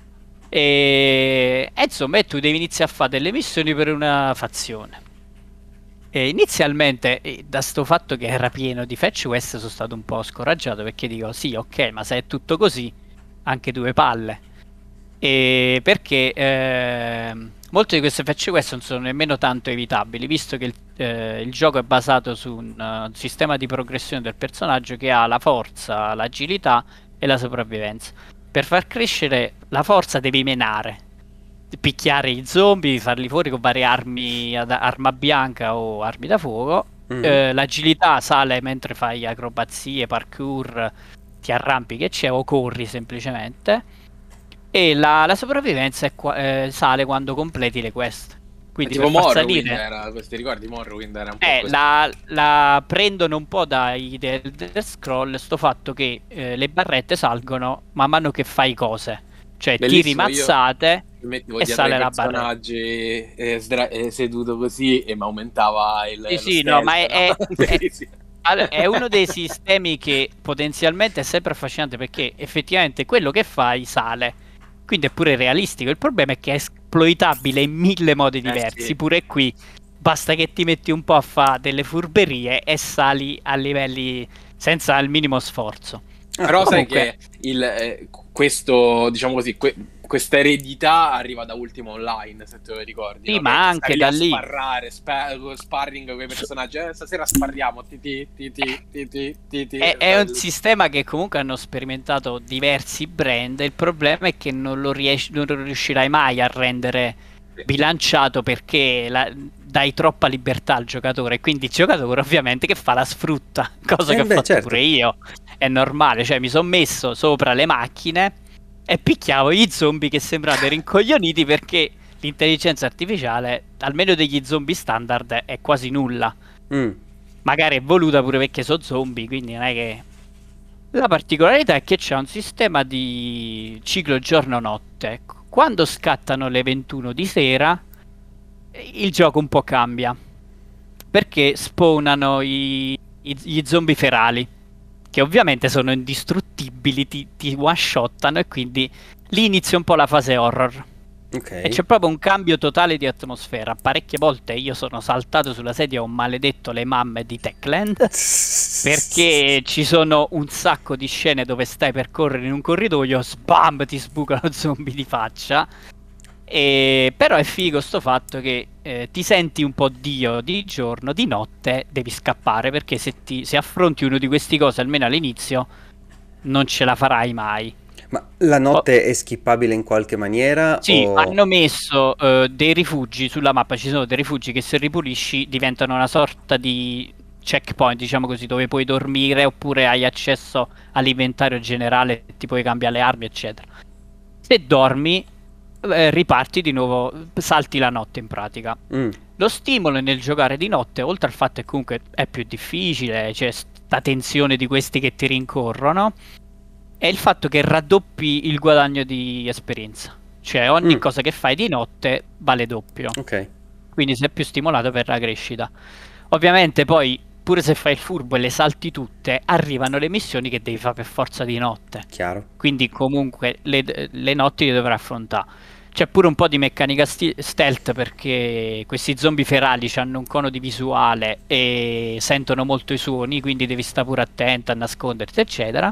E insomma, tu devi iniziare a fare delle missioni per una fazione. E inizialmente, da sto fatto che era pieno di fetch quest, sono stato un po' scoraggiato, perché dico sì, ok, ma se è tutto così, anche 2 palle. E perché molte di queste fetch quest non sono nemmeno tanto evitabili, visto che il gioco è basato su un sistema di progressione del personaggio che ha la forza, l'agilità e la sopravvivenza. Per far crescere la forza devi menare, picchiare i zombie, farli fuori con varie armi ad arma bianca o armi da fuoco. L'agilità sale mentre fai acrobazie, parkour, ti arrampichi o corri semplicemente. E la sopravvivenza sale quando completi le quest. Quindi tipo per far Morrowind salire, era, ti ricordi Morrowind era un po' così. la prendono un po' dai Elder Scroll, sto fatto che le barrette salgono man mano che fai cose. Cioè tiri mazzate e sale la barretta. Personaggi seduto così e mi aumentava il Sì, no, ma è uno dei sistemi che potenzialmente è sempre affascinante, perché effettivamente quello che fai sale. Quindi è pure realistico. Il problema è che è esploitabile in 1000 modi diversi. Sì. Pure qui basta che ti metti un po' a fare delle furberie e sali a livelli senza il minimo sforzo. Però comunque, sai che questo, diciamo così, questa eredità arriva da Ultima Online, se te lo ricordi. Sì, no? ma anche da lì. Sparrare, sparring con i personaggi. Stasera sparriamo. È un sistema che comunque hanno sperimentato diversi brand. Il problema è che non lo riuscirai mai a rendere bilanciato, perché dai troppa libertà al giocatore. Quindi il giocatore ovviamente che fa la sfrutta, cosa che ho fatto pure io. È normale, cioè mi sono messo sopra le macchine e picchiavo gli zombie che sembravano rincoglioniti, perché l'intelligenza artificiale, almeno degli zombie standard, è quasi nulla. Magari è voluta pure perché sono zombie, quindi non è che... La particolarità è che c'è un sistema di ciclo giorno-notte. Quando scattano le 21 di sera, il gioco un po' cambia, perché spawnano gli zombie ferali, che ovviamente sono indistruttibili, ti one-shottano, e quindi lì inizia un po' la fase horror. E c'è proprio un cambio totale di atmosfera. Parecchie volte io sono saltato sulla sedia, ho maledetto le mamme di Techland, perché ci sono un sacco di scene dove stai per correre in un corridoio, sbam, ti sbucano zombie di faccia. Però è figo sto fatto che ti senti un po' Dio di giorno, di notte devi scappare, perché se affronti uno di questi cose almeno all'inizio non ce la farai mai. Ma la notte è skippabile in qualche maniera? Sì, hanno messo dei rifugi sulla mappa, ci sono dei rifugi che se ripulisci diventano una sorta di checkpoint, diciamo così, dove puoi dormire oppure hai accesso all'inventario generale, ti puoi cambiare le armi eccetera. Se dormi riparti di nuovo, salti la notte in pratica. Lo stimolo nel giocare di notte, oltre al fatto che comunque è più difficile, c'è sta tensione di questi che ti rincorrono, è il fatto che raddoppi il guadagno di esperienza. Cioè ogni cosa che fai di notte vale doppio. Quindi sei più stimolato per la crescita. Ovviamente poi, pure se fai il furbo e le salti tutte, arrivano le missioni che devi fare per forza di notte. Chiaro. Quindi comunque le notti le dovrai affrontare. C'è pure un po' di meccanica stealth, perché questi zombie ferali hanno un cono di visuale e sentono molto i suoni, quindi devi stare pure attento a nasconderti eccetera.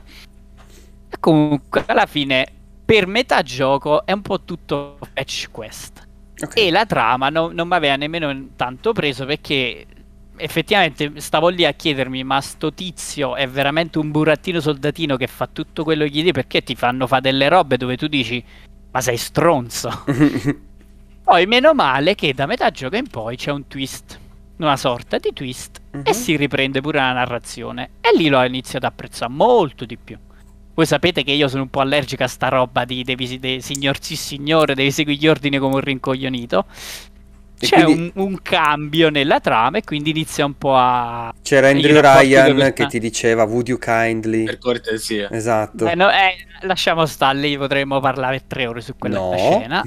E comunque alla fine per metà gioco è un po' tutto fetch quest. E la trama non mi aveva nemmeno tanto preso, perché effettivamente stavo lì a chiedermi: ma sto tizio è veramente un burattino soldatino che fa tutto quello che gli dici? Perché ti fanno fare delle robe dove tu dici: ma sei stronzo. Poi meno male che da metà gioco in poi c'è un twist, una sorta di twist, e si riprende pure la narrazione, e lì l'ho iniziato a apprezzare molto di più. Voi sapete che io sono un po' allergica a sta roba di signor sì signore, devi seguire gli ordini come un rincoglionito. C'è quindi un cambio nella trama, e quindi inizia un po' a... C'era Andrew Ryan che ti diceva "Would you kindly", per cortesia. Esatto. Lasciamo stare, lì potremmo parlare per 3 ore su quella scena.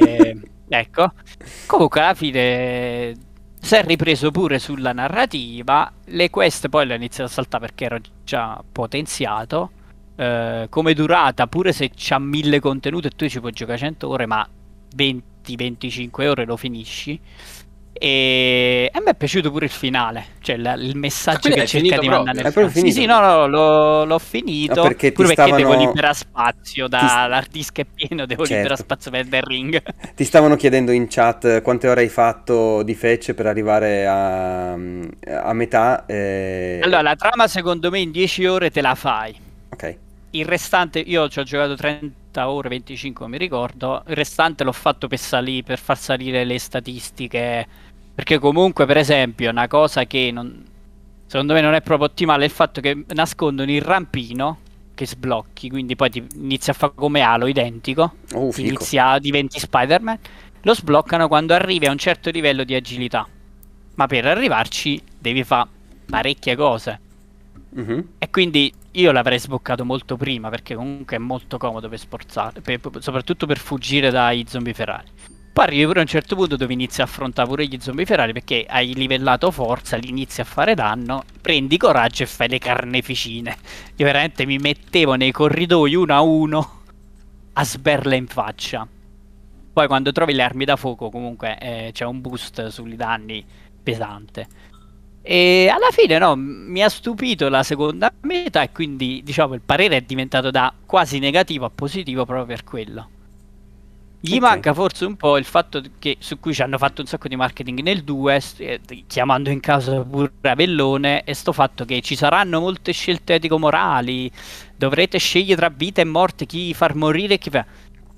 Ecco. Comunque alla fine si è ripreso pure sulla narrativa. Le quest poi le ho iniziato a saltare perché ero già potenziato. Come durata, pure se c'ha 1000 contenuti e tu ci puoi giocare 100 ore, ma 20-25 ore lo finisci. E a me è piaciuto pure il finale, cioè il messaggio che cerca di mandare nel finale. Sì, sì, no, l'ho finito. Perché pure ti perché devo liberare spazio, ti- l'hard disk è pieno, devo Certo. liberare spazio per Elden Ring. Ti stavano chiedendo in chat quante ore hai fatto di fetch per arrivare a metà. Allora, la trama secondo me in 10 ore te la fai. Ok. Il restante, io ci ho giocato 30 ore, 25 mi ricordo, il restante l'ho fatto per far salire le statistiche, perché comunque per esempio una cosa che secondo me non è proprio ottimale è il fatto che nascondono il rampino che sblocchi, quindi poi ti inizia a fare come Halo, identico, diventi Spider-Man, lo sbloccano quando arrivi a un certo livello di agilità, ma per arrivarci devi fare parecchie cose. E quindi io l'avrei sboccato molto prima, perché comunque è molto comodo per sforzare, soprattutto per fuggire dai zombie ferali. Poi arrivi pure a un certo punto dove inizi a affrontare pure gli zombie ferali, perché hai livellato forza, li inizi a fare danno, prendi coraggio e fai le carneficine. Io veramente mi mettevo nei corridoi uno a uno a sberle in faccia. Poi quando trovi le armi da fuoco comunque c'è un boost sui danni pesante. E alla fine no, mi ha stupito la seconda metà e quindi diciamo il parere è diventato da quasi negativo a positivo proprio per quello. Gli manca forse un po' il fatto che su cui ci hanno fatto un sacco di marketing nel 2, chiamando in causa pure Avellone, e sto fatto che ci saranno molte scelte etico-morali, dovrete scegliere tra vita e morte chi far morire e chi fa.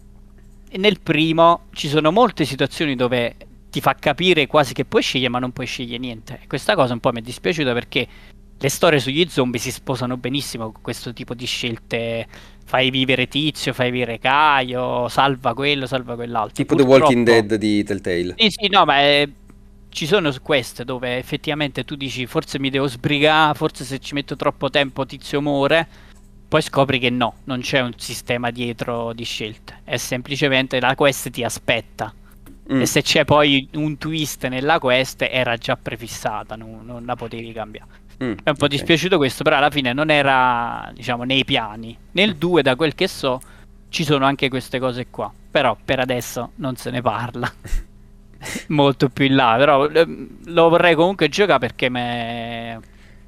E nel primo ci sono molte situazioni dove ti fa capire quasi che puoi scegliere ma non puoi scegliere niente, e questa cosa un po' mi è dispiaciuta perché le storie sugli zombie si sposano benissimo con questo tipo di scelte. Fai vivere Tizio, fai vivere Caio, salva quello, salva quell'altro. Tipo The Walking Dead di Telltale. Sì, no, ma ci sono queste dove effettivamente tu dici forse mi devo sbrigare, forse se ci metto troppo tempo Tizio muore. Poi scopri che no, non c'è un sistema dietro di scelte, è semplicemente la quest ti aspetta. E se c'è poi un twist nella quest era già prefissata, non la potevi cambiare. È un po' dispiaciuto questo, però alla fine non era, diciamo, nei piani. Nel 2, da quel che so, ci sono anche queste cose qua, però per adesso non se ne parla. Molto più in là, però lo vorrei comunque giocare perché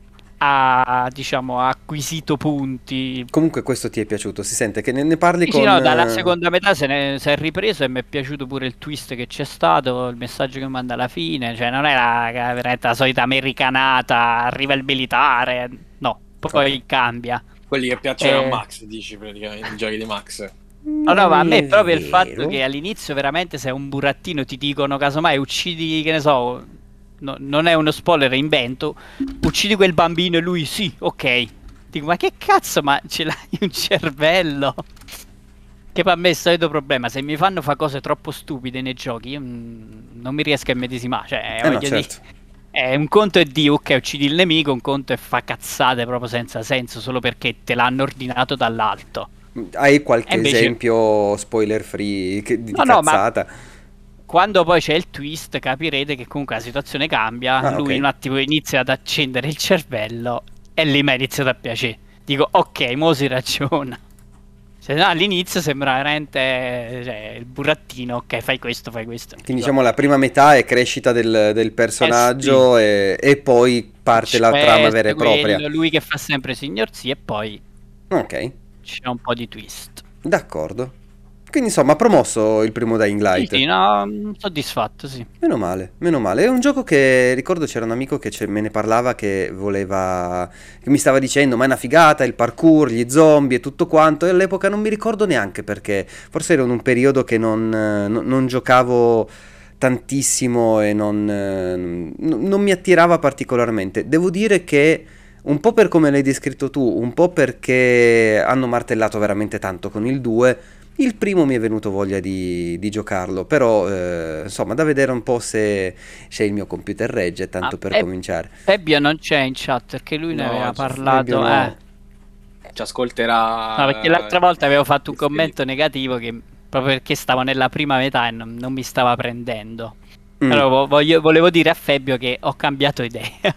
ha, diciamo, acquisito punti. Comunque questo ti è piaciuto, si sente che ne parli sì, con... Sì, no, dalla seconda metà si è ripreso e mi è piaciuto pure il twist che c'è stato, il messaggio che manda alla fine, cioè non è veramente la solita americanata, arriva il militare, no, poi cambia. Quelli che piacciono a Max, dici praticamente, i giochi di Max. No, ma a me è proprio il fatto che all'inizio veramente sei un burattino, ti dicono casomai uccidi, che ne so, non è uno spoiler, invento, uccidi quel bambino e lui sì, ok. Dico, ma che cazzo, ma ce l'hai un cervello? Che per me è il solito problema, se mi fanno fare cose troppo stupide nei giochi, io non mi riesco a immedesimare, cioè no, certo. Un conto è di ok, uccidi il nemico, un conto è fa cazzate proprio senza senso, solo perché te l'hanno ordinato dall'alto. Hai qualche esempio spoiler free di cazzata? Ma quando poi c'è il twist capirete che comunque la situazione cambia, lui un attimo inizia ad accendere il cervello e lì mi ha iniziato a piacere. Dico ok, mo si ragiona. Cioè, no, all'inizio sembra veramente il burattino, ok, fai questo. Quindi diciamo la prima metà è crescita del personaggio e poi parte la trama vera e propria. Lui che fa sempre signor sì e poi c'è un po' di twist. D'accordo. Quindi insomma ha promosso il primo Dying Light. Sì, no, soddisfatto, sì. Meno male. È un gioco che ricordo c'era un amico che me ne parlava che mi stava dicendo ma è una figata, il parkour, gli zombie e tutto quanto, e all'epoca non mi ricordo neanche perché, forse ero in un periodo che non giocavo tantissimo e non mi attirava particolarmente. Devo dire che un po' per come l'hai descritto tu, un po' perché hanno martellato veramente tanto con il 2, il primo mi è venuto voglia di giocarlo, però insomma da vedere un po' se il mio computer regge, tanto per cominciare. Febbio non c'è in chat perché lui ne aveva parlato. Ci ascolterà. No, perché l'altra volta avevo fatto un commento negativo che proprio perché stavo nella prima metà e non mi stava prendendo. Allora volevo dire a Febbio che ho cambiato idea.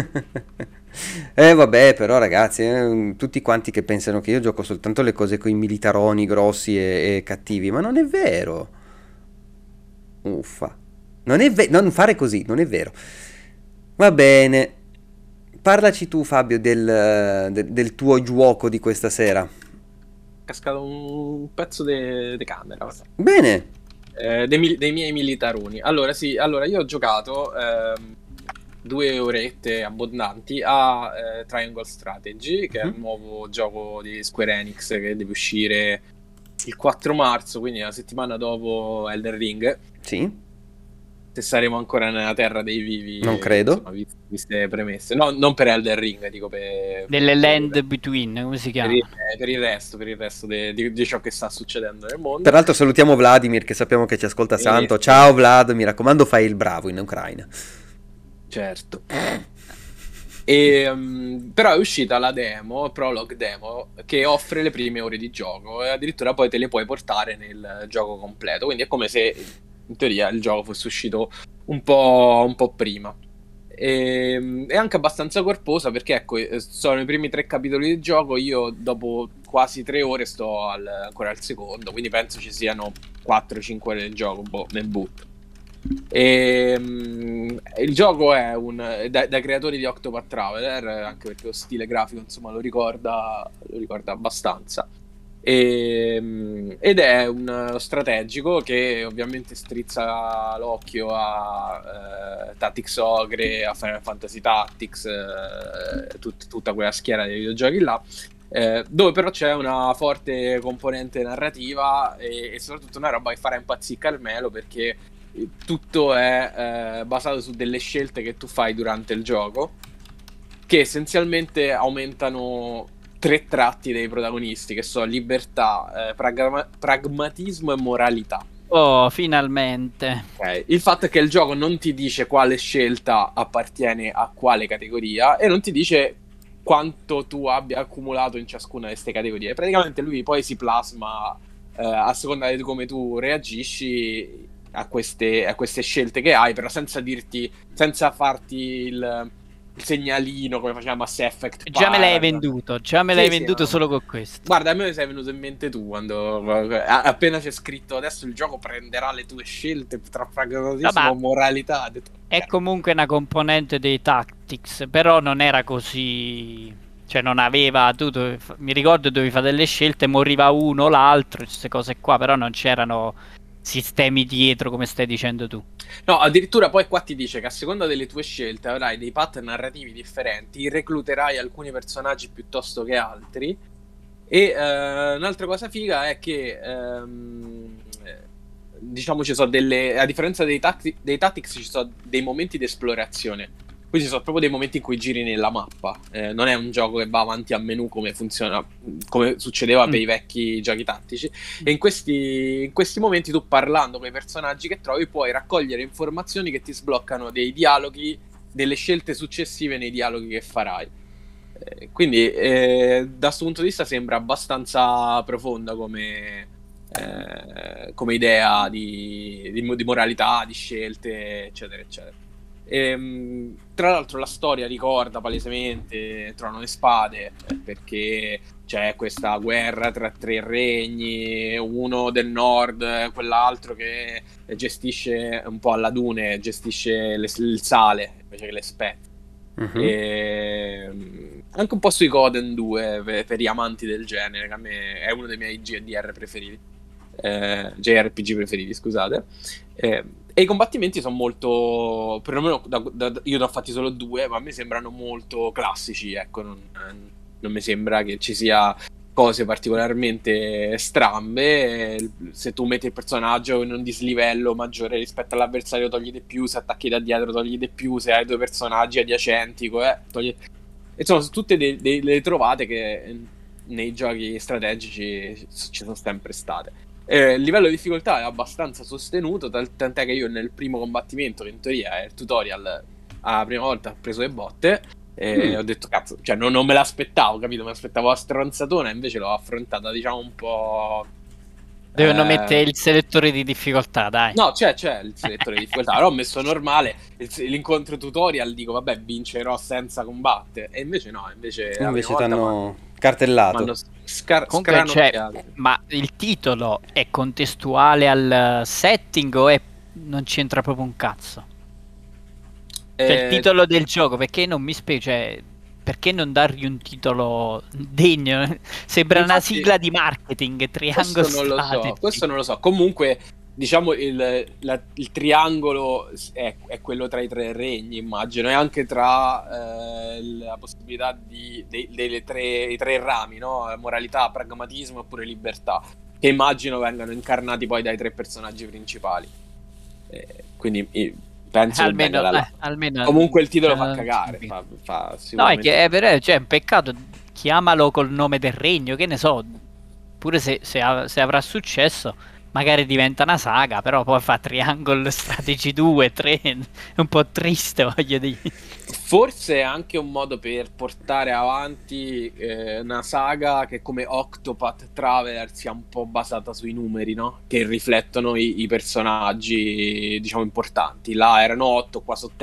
Vabbè, però ragazzi, tutti quanti che pensano che io gioco soltanto le cose con i militaroni grossi e cattivi, ma non è vero. Uffa. Non fare così, non è vero. Va bene. Parlaci tu, Fabio, del tuo gioco di questa sera. È cascato un pezzo di camera. Bene. Dei miei militaroni. Allora, io ho giocato 2 orette abbondanti a Triangle Strategy, che è il nuovo gioco di Square Enix che deve uscire il 4 marzo, quindi la settimana dopo Elden Ring. Sì. Se saremo ancora nella terra dei vivi, non credo, insomma, viste premesse. No, non per Elden Ring, dico per delle land between, come si chiama? Per il resto di ciò che sta succedendo nel mondo. Peraltro salutiamo Vladimir, che sappiamo che ci ascolta santo. Ciao Vlad, mi raccomando, fai il bravo in Ucraina. Certo. Però è uscita la demo, Prologue demo, che offre le prime ore di gioco e addirittura poi te le puoi portare nel gioco completo, quindi è come se in teoria il gioco fosse uscito un po' prima. È anche abbastanza corposa perché ecco, sono i primi 3 capitoli del gioco, io dopo quasi 3 ore sto ancora al secondo, quindi penso ci siano 4-5 ore del gioco, nel boot. Il gioco è dai creatori di Octopath Traveler, anche perché lo stile grafico insomma lo ricorda abbastanza, ed è uno strategico che ovviamente strizza l'occhio a Tactics Ogre, a Final Fantasy Tactics, tutta quella schiera dei videogiochi là, dove però c'è una forte componente narrativa e soprattutto una roba che farà impazzire Carmelo, perché tutto è basato su delle scelte che tu fai durante il gioco, che essenzialmente aumentano 3 tratti dei protagonisti, che sono libertà, pragmatismo e moralità. Oh, finalmente. Okay. Il fatto è che il gioco non ti dice quale scelta appartiene a quale categoria e non ti dice quanto tu abbia accumulato in ciascuna di queste categorie. Praticamente lui poi si plasma a seconda di come tu reagisci a queste scelte che hai, però senza farti il segnalino come faceva Mass Effect. Già me l'hai venduto, solo con questo. Guarda, a me sei venuto in mente tu quando appena c'è scritto adesso il gioco prenderà le tue scelte tra pragmatismo e moralità. È comunque una componente dei Tactics, però non era così, cioè non aveva mi ricordo dovevi fare delle scelte, moriva uno o l'altro, queste cose qua, però non c'erano sistemi dietro come stai dicendo tu. No, addirittura poi qua ti dice che a seconda delle tue scelte avrai dei pattern narrativi differenti, recluterai alcuni personaggi piuttosto che altri e un'altra cosa figa è che diciamo ci sono a differenza dei Tactics ci sono dei momenti di esplorazione. Qui ci sono proprio dei momenti in cui giri nella mappa, non è un gioco che va avanti a menu come funziona, come succedeva per i vecchi giochi tattici, e in questi momenti tu, parlando con i personaggi che trovi, puoi raccogliere informazioni che ti sbloccano dei dialoghi, delle scelte successive nei dialoghi che farai. Quindi da questo punto di vista sembra abbastanza profonda come idea di moralità, di scelte, eccetera eccetera. Tra l'altro la storia ricorda palesemente Trono e Spade, perché c'è questa guerra tra 3 regni, uno del nord, quell'altro che gestisce un po' alla Dune, gestisce il sale invece che le spezie. Anche un po' sui Coden 2 per gli amanti del genere, che a me è uno dei miei JRPG preferiti, scusate. E i combattimenti sono molto, perlomeno io ne ho fatti solo 2, ma a me sembrano molto classici, ecco, non mi sembra che ci sia cose particolarmente strambe. Se tu metti il personaggio in un dislivello maggiore rispetto all'avversario togli di più, se attacchi da dietro togli di più, se hai 2 personaggi adiacenti togli. Insomma, sono tutte delle trovate che nei giochi strategici ci sono sempre state. Il livello di difficoltà è abbastanza sostenuto, tant'è che io nel primo combattimento, che in teoria è il tutorial, la prima volta ho preso le botte e ho detto cazzo, cioè non me l'aspettavo, capito? Me l'aspettavo a stronzatona, invece l'ho affrontata diciamo un po'. Devono mettere il selettore di difficoltà, dai. No, c'è il selettore di difficoltà, però ho messo normale, l'incontro tutorial dico vabbè vincerò senza combattere, e invece no, invece ti hanno cartellato. Comunque ma il titolo è contestuale al setting o è non c'entra proprio un cazzo. Cioè, il titolo del gioco, perché non mi spiego, cioè, perché non dargli un titolo degno? Sembra una sigla di marketing, Triangle Strategy. Questo non lo so. Comunque, diciamo, il triangolo è quello tra i tre regni, immagino, e anche tra la possibilità i tre rami, no? Moralità, pragmatismo oppure libertà, che immagino vengano incarnati poi dai tre personaggi principali. Quindi penso almeno comunque il titolo fa cagare, no, è che è vero, cioè, è un peccato, chiamalo col nome del regno, che ne so, pure se avrà successo magari diventa una saga, però poi fa Triangle Strategy 2, 3, è un po' triste, voglio dire. Forse è anche un modo per portare avanti una saga che come Octopath Traveler sia un po' basata sui numeri, no? Che riflettono i personaggi, diciamo, importanti. Là erano 8, qua sono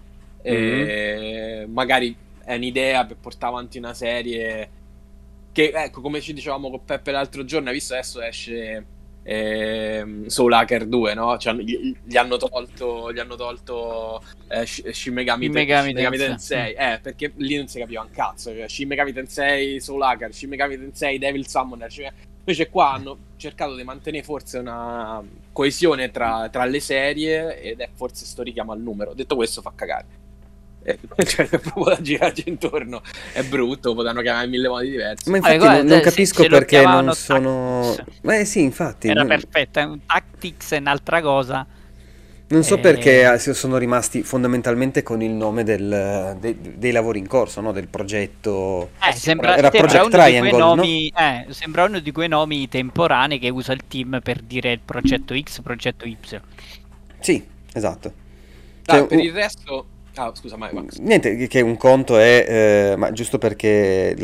3. Magari è un'idea per portare avanti una serie che, ecco, come ci dicevamo con Peppe l'altro giorno, hai visto adesso esce Soul Hacker 2, no? Cioè, gli hanno tolto Shin Megami Tensei, perché lì non si capiva un cazzo, cioè, Shin Megami Tensei Soul Hacker, Shin Megami Tensei Devil Summoner, invece qua hanno cercato di mantenere forse una coesione tra le serie, ed è forse sto richiamo al numero. Detto questo, fa cagare. Cioè, proprio da girarci intorno è brutto, potranno chiamare in 1000 modi diversi. Ma infatti non capisco perché non sono sì, infatti era perfetta, un Tactics è un'altra cosa. Non so perché sono rimasti fondamentalmente con il nome dei lavori in corso, no? Del progetto. Era Project Triangle, nomi, no? Sembra uno di quei nomi temporanei che usa il team per dire il progetto X, progetto Y. Sì, esatto. Cioè, per il resto scusa, Max. Niente, che un conto è, ma giusto perché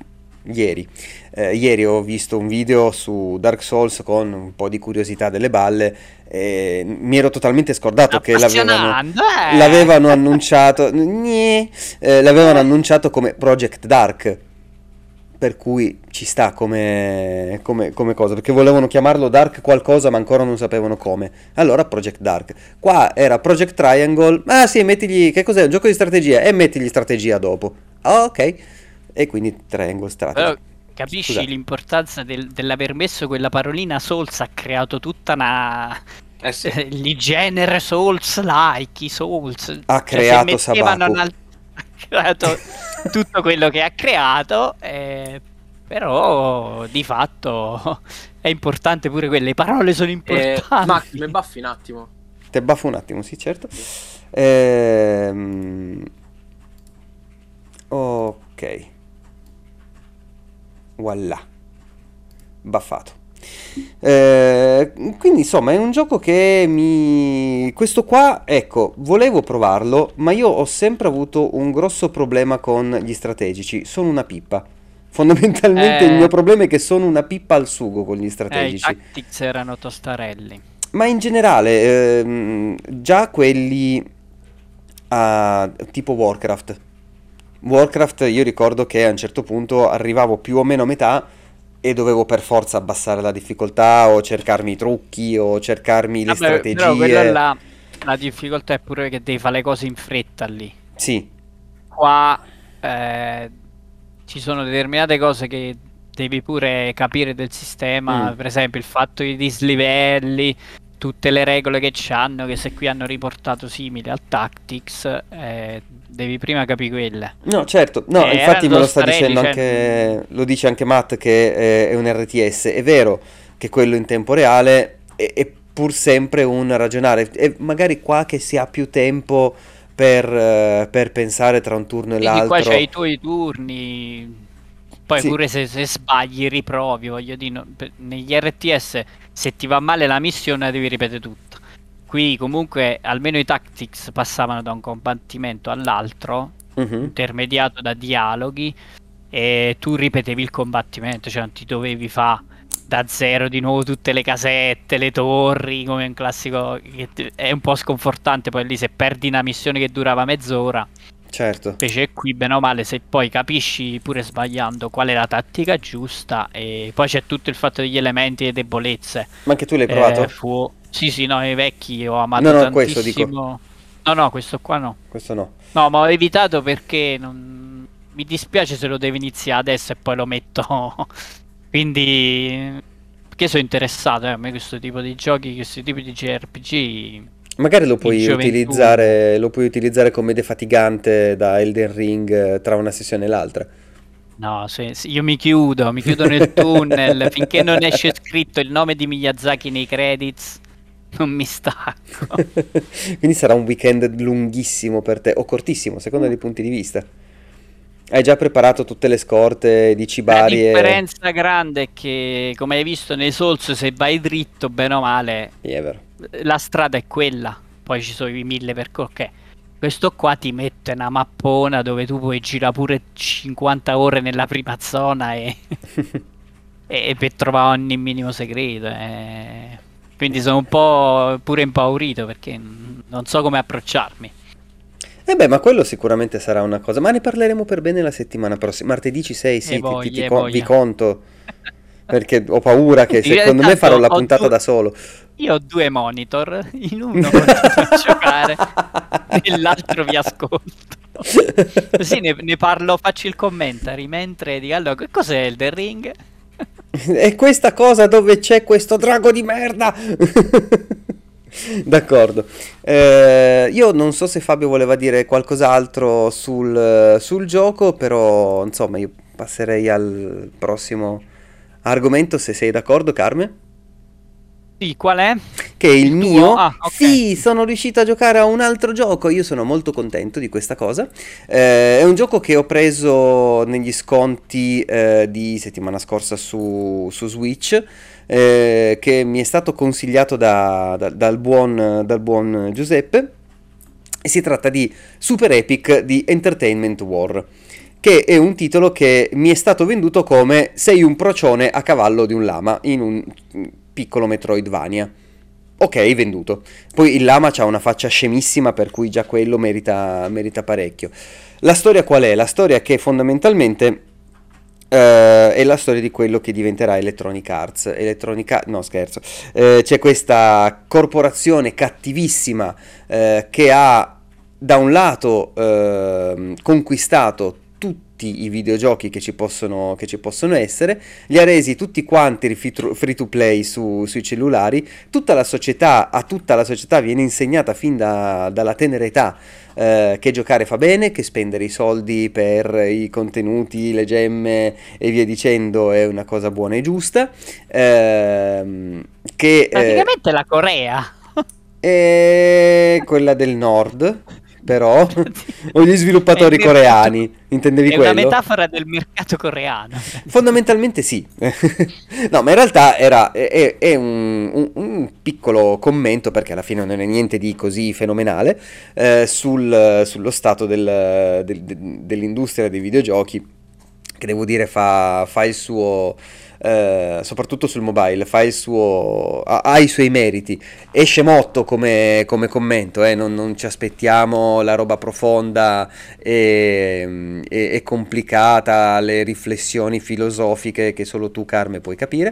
ieri ho visto un video su Dark Souls con un po' di curiosità delle balle, e mi ero totalmente scordato che l'avevano annunciato, l'avevano annunciato come Project Dark, per cui ci sta come cosa, perché volevano chiamarlo Dark qualcosa ma ancora non sapevano come. Allora Project Dark. Qua era Project Triangle. Ah sì, mettigli, che cos'è? Un gioco di strategia, e mettigli strategia dopo. Ok. E quindi Triangle Strategy. Però capisci l'importanza dell'aver messo quella parolina Souls, ha creato tutta una il genere Souls-like, i Souls. Ha creato Sabaku. Ha creato tutto quello che ha creato, però di fatto è importante pure quelle parole, sono importanti. Max, mi baffi un attimo. Te baffo un attimo, sì, certo. Ok. Voilà. Baffato. Quindi insomma è un gioco che questo qua, ecco, volevo provarlo, ma io ho sempre avuto un grosso problema con gli strategici. Sono una pippa. Fondamentalmente il mio problema è che sono una pippa al sugo con gli strategici. I Tactics erano tostarelli. Ma in generale già quelli tipo Warcraft, io ricordo che a un certo punto arrivavo più o meno a metà e dovevo per forza abbassare la difficoltà o cercarmi i trucchi o cercarmi le strategie. Però quella la difficoltà è pure che devi fare le cose in fretta lì. Sì. Qua ci sono determinate cose che devi pure capire del sistema, per esempio il fatto di dislivelli, tutte le regole che c'hanno, che se qui hanno riportato simili al Tactics, devi prima capire quelle. No, certo, no, infatti me lo sta dicendo anche, lo dice anche Matt che è un RTS, è vero che quello in tempo reale è pur sempre un ragionare, e magari qua che si ha più tempo per pensare tra un turno e l'altro. Qua c'hai i tuoi turni, poi sì. Pure se sbagli riprovi, voglio dire, negli RTS se ti va male la missione devi ripetere tutta. Qui comunque almeno i Tactics passavano da un combattimento all'altro, intermediato da dialoghi, e tu ripetevi il combattimento, cioè non ti dovevi fare da zero di nuovo tutte le casette, le torri, come un classico, che è un po' sconfortante poi lì se perdi una missione che durava mezz'ora. Certo. Invece qui bene o male, se poi capisci pure sbagliando qual è la tattica giusta, e poi c'è tutto il fatto degli elementi e debolezze. Ma anche tu l'hai provato? Sì, no, i vecchi ho amato No, tantissimo. questo dico. No, questo qua no. Questo no. No, ma ho evitato perché mi dispiace se lo devo iniziare adesso e poi lo metto. Quindi, perché sono interessato a me questo tipo di giochi, questo tipo di JRPG. Magari lo puoi utilizzare come defatigante da Elden Ring tra una sessione e l'altra. No, io mi chiudo nel tunnel finché non esce scritto il nome di Miyazaki nei credits. Non mi stacco. Quindi sarà un weekend lunghissimo per te, o cortissimo, a seconda dei punti di vista. Hai già preparato tutte le scorte di Cibari? La differenza grande è che, come hai visto nei Souls, se vai dritto, bene o male, la strada è quella. Poi ci sono i 1000 percorsi. Ok. Questo qua ti mette una mappona dove tu puoi girare pure 50 ore nella prima zona e per trovare ogni minimo segreto. Quindi sono un po' pure impaurito perché non so come approcciarmi. Ma quello sicuramente sarà una cosa. Ma ne parleremo per bene la settimana prossima. Martedì ci sei, sì, vi conto. Perché ho paura che secondo me farò la puntata da solo. Io ho 2 monitor, in uno continuo a giocare, nell'altro vi ascolto. Così ne parlo, faccio il commentary mentre dico allora, che cos'è Elden Ring? È questa cosa dove c'è questo drago di merda. D'accordo. Io non so se Fabio voleva dire qualcos'altro sul gioco, però insomma io passerei al prossimo argomento, se sei d'accordo, Carme. Sì, qual è? Che è il mio. Okay. Sì, sono riuscito a giocare a un altro gioco, io sono molto contento di questa cosa. È un gioco che ho preso negli sconti di settimana scorsa su Switch, che mi è stato consigliato dal buon Giuseppe, e si tratta di Super Epic di Entertainment War, che è un titolo che mi è stato venduto come sei un procione a cavallo di un lama in un piccolo Metroidvania. Ok, venduto. Poi il lama c'ha una faccia scemissima, per cui già quello merita parecchio. La storia qual è? La storia è che fondamentalmente è la storia di quello che diventerà Electronic Arts. No, scherzo. C'è questa corporazione cattivissima che ha da un lato conquistato tutti i videogiochi che ci possono essere, li ha resi tutti quanti free to play sui cellulari. A tutta la società viene insegnata fin dalla tenera età che giocare fa bene, che spendere i soldi per i contenuti, le gemme e via dicendo è una cosa buona e giusta. Praticamente la Corea è quella del nord, però, o gli sviluppatori coreani, intendevi quello? È una metafora del mercato coreano. Fondamentalmente sì. No, ma in realtà è un piccolo commento, perché alla fine non è niente di così fenomenale, sullo stato dell'industria dei videogiochi, che devo dire fa il suo... soprattutto sul mobile ha i suoi meriti. È scemotto come commento, non ci aspettiamo la roba profonda e complicata, le riflessioni filosofiche che solo tu, Carme, puoi capire.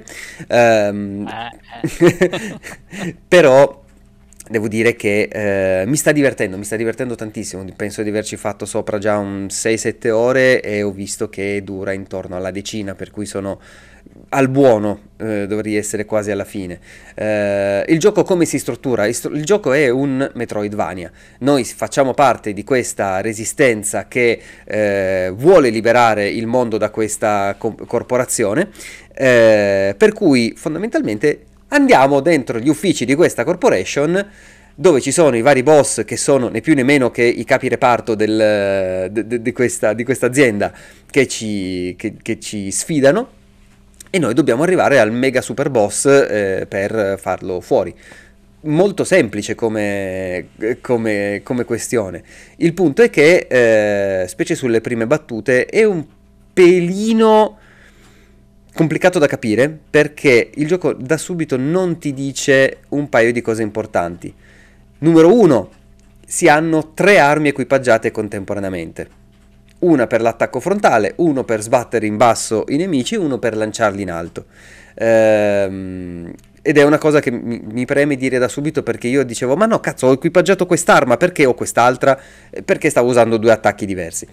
Però devo dire che mi sta divertendo tantissimo. Penso di averci fatto sopra già un 6-7 ore e ho visto che dura intorno alla decina, per cui sono al buono, dovrei essere quasi alla fine. Il gioco come si struttura? Il gioco è un Metroidvania. Noi facciamo parte di questa resistenza che vuole liberare il mondo da questa corporazione, per cui fondamentalmente andiamo dentro gli uffici di questa corporation, dove ci sono i vari boss, che sono né più né meno che i capi reparto di questa azienda, che ci sfidano, e noi dobbiamo arrivare al mega super boss per farlo fuori. Molto semplice come questione. Il punto è che, specie sulle prime battute, è un pelino complicato da capire, perché il gioco da subito non ti dice un paio di cose importanti. Numero 1, si hanno 3 armi equipaggiate contemporaneamente. Una per l'attacco frontale, uno per sbattere in basso i nemici, uno per lanciarli in alto. ed è una cosa che mi preme dire da subito, perché io dicevo, ma no cazzo, ho equipaggiato quest'arma, perché ho quest'altra? Perché stavo usando 2 attacchi diversi.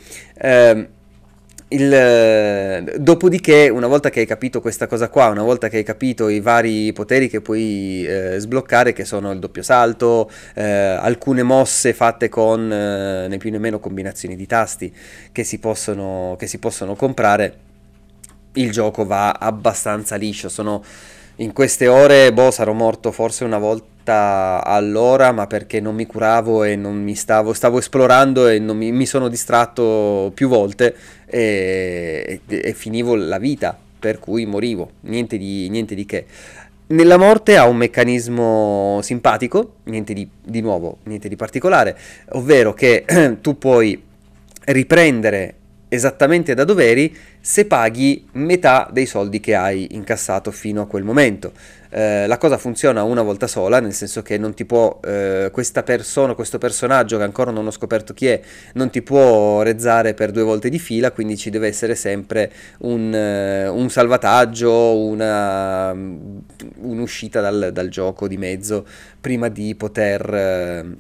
Dopodiché, una volta che hai capito questa cosa qua, una volta che hai capito i vari poteri che puoi sbloccare, che sono il doppio salto, alcune mosse fatte con né più né meno combinazioni di tasti che si possono comprare, il gioco va abbastanza liscio. In queste ore, sarò morto forse una volta all'ora, ma perché non mi curavo e non mi stavo esplorando e non mi sono distratto più volte e finivo la vita, per cui morivo, niente di che. Nella morte ha un meccanismo simpatico, niente di particolare, ovvero che tu puoi riprendere esattamente da dove eri se paghi metà dei soldi che hai incassato fino a quel momento. La cosa funziona una volta sola, nel senso che non ti può questo personaggio, che ancora non ho scoperto chi è, non ti può rezzare per 2 volte di fila, quindi ci deve essere sempre un salvataggio, un'uscita dal gioco di mezzo prima di poter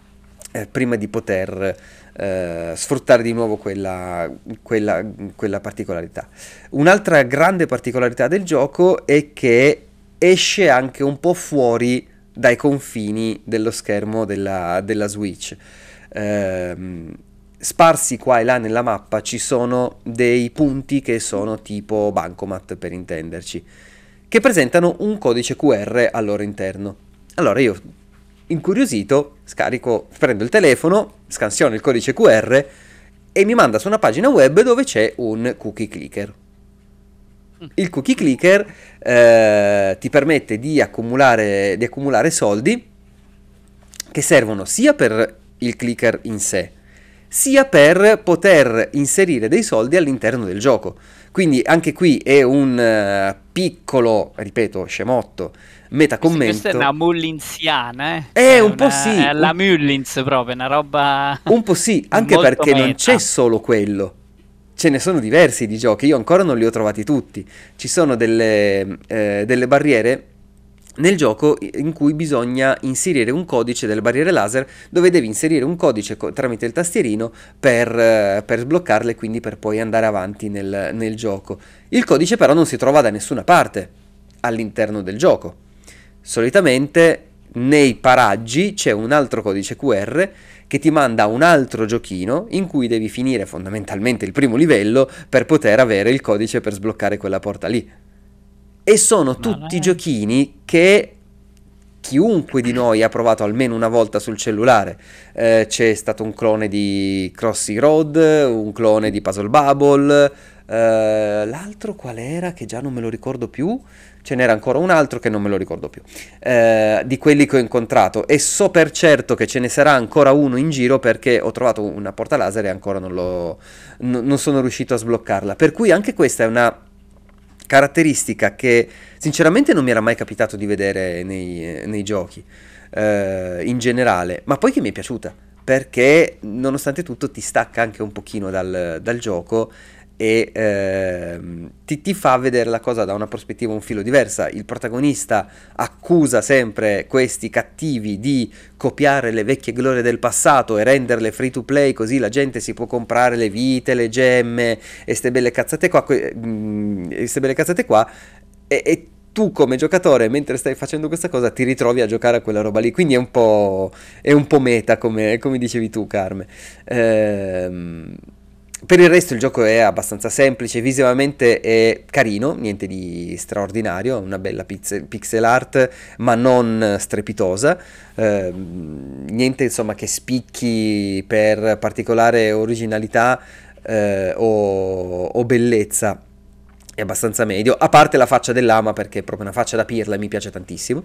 sfruttare di nuovo quella particolarità. Un'altra grande particolarità del gioco è che esce anche un po' fuori dai confini dello schermo della Switch. Sparsi qua e là nella mappa ci sono dei punti che sono tipo bancomat, per intenderci, che presentano un codice QR al loro interno. Allora io, incuriosito, prendo il telefono, scansiono il codice QR e mi manda su una pagina web dove c'è un cookie clicker. Il cookie clicker ti permette di accumulare soldi che servono sia per il clicker in sé, sia per poter inserire dei soldi all'interno del gioco. Quindi anche qui è un piccolo, ripeto, scemotto metacommento. Questa è una mullinsiana, un po' sì. È la Mullins proprio, una roba. Un po' sì, anche perché non c'è solo quello. Ce ne sono diversi di giochi, io ancora non li ho trovati tutti. Ci sono delle barriere nel gioco in cui bisogna inserire un codice, delle barriere laser, dove devi inserire un codice tramite il tastierino per sbloccarle, quindi per poi andare avanti nel gioco. Il codice però non si trova da nessuna parte all'interno del gioco. Solitamente nei paraggi c'è un altro codice QR che ti manda un altro giochino in cui devi finire fondamentalmente il primo livello per poter avere il codice per sbloccare quella porta lì. E sono tutti giochini che chiunque di noi ha provato almeno una volta sul cellulare. C'è stato un clone di Crossy Road, un clone di Puzzle Bubble, l'altro qual era che già non me lo ricordo più. Ce n'era ancora un altro che non me lo ricordo più, di quelli che ho incontrato, e so per certo che ce ne sarà ancora uno in giro, perché ho trovato una porta laser e ancora non sono riuscito a sbloccarla. Per cui anche questa è una caratteristica che sinceramente non mi era mai capitato di vedere nei giochi in generale, ma poi che mi è piaciuta, perché nonostante tutto ti stacca anche un pochino dal gioco e ti fa vedere la cosa da una prospettiva un filo diversa. Il protagonista accusa sempre questi cattivi di copiare le vecchie glorie del passato e renderle free to play, così la gente si può comprare le vite, le gemme e ste belle cazzate qua, e tu come giocatore, mentre stai facendo questa cosa, ti ritrovi a giocare a quella roba lì. Quindi è un po' meta, come dicevi tu, Carme. Per il resto il gioco è abbastanza semplice, visivamente è carino, niente di straordinario, una bella pixel art ma non strepitosa, niente insomma che spicchi per particolare originalità o bellezza, è abbastanza medio, a parte la faccia dell'ama, perché è proprio una faccia da pirla e mi piace tantissimo.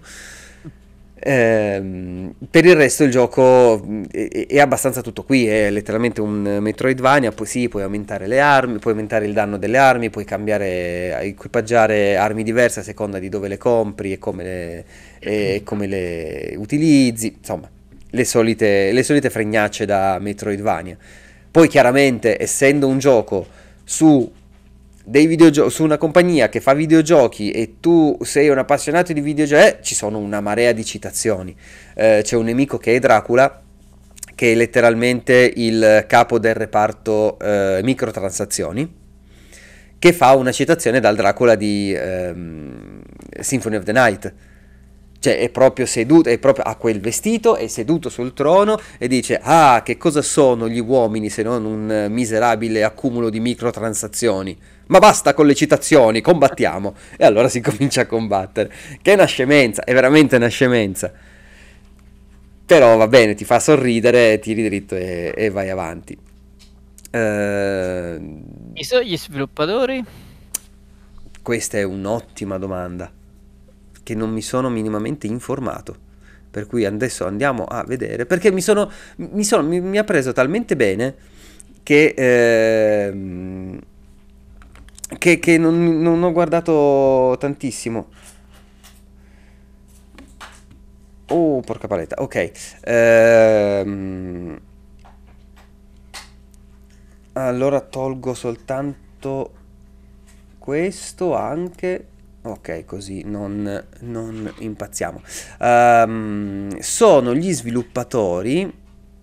Per il resto il gioco è abbastanza tutto qui, è letteralmente un Metroidvania. Poi sì, puoi aumentare le armi, puoi aumentare il danno delle armi, puoi equipaggiare armi diverse a seconda di dove le compri e come le utilizzi, insomma le solite fregnacce da Metroidvania. Poi chiaramente, essendo un gioco su su una compagnia che fa videogiochi e tu sei un appassionato di videogiochi, ci sono una marea di citazioni. C'è un nemico che è Dracula, che è letteralmente il capo del reparto microtransazioni, che fa una citazione dal Dracula di Symphony of the Night. Cioè è proprio seduto, ha quel vestito, è seduto sul trono e dice: ah, che cosa sono gli uomini se non un miserabile accumulo di microtransazioni? Ma basta con le citazioni, combattiamo. E allora si comincia a combattere. Che è una scemenza, è veramente una scemenza. Però va bene, ti fa sorridere, tiri dritto e vai avanti. Chi sono gli sviluppatori? Questa è un'ottima domanda, che non mi sono minimamente informato, per cui adesso andiamo a vedere, perché mi ha preso talmente bene che non ho guardato tantissimo. Oh, porca paletta, ok. Allora tolgo soltanto questo anche. Ok, così non impazziamo. Sono gli sviluppatori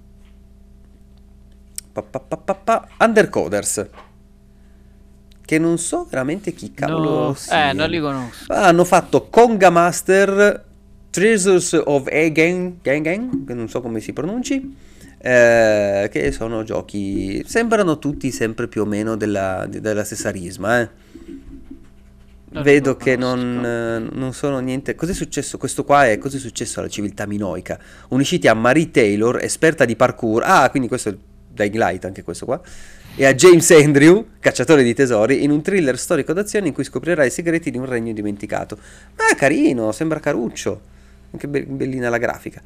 Undercoders, che non so veramente chi cavolo sia. Non li conosco. Hanno fatto Conga Master, Treasures of Agen, che non so come si pronunci, che sono giochi, sembrano tutti sempre più o meno della stessa risma, Vedo che non sono niente. Cos'è successo? Questo qua è cos'è successo alla civiltà minoica. Unisciti a Marie Taylor, esperta di parkour. Ah, quindi questo è Dying Light, anche questo qua. E a James Andrew, cacciatore di tesori, in un thriller storico d'azione in cui scoprirai i segreti di un regno dimenticato. Ma è carino, sembra caruccio. Anche bellina la grafica.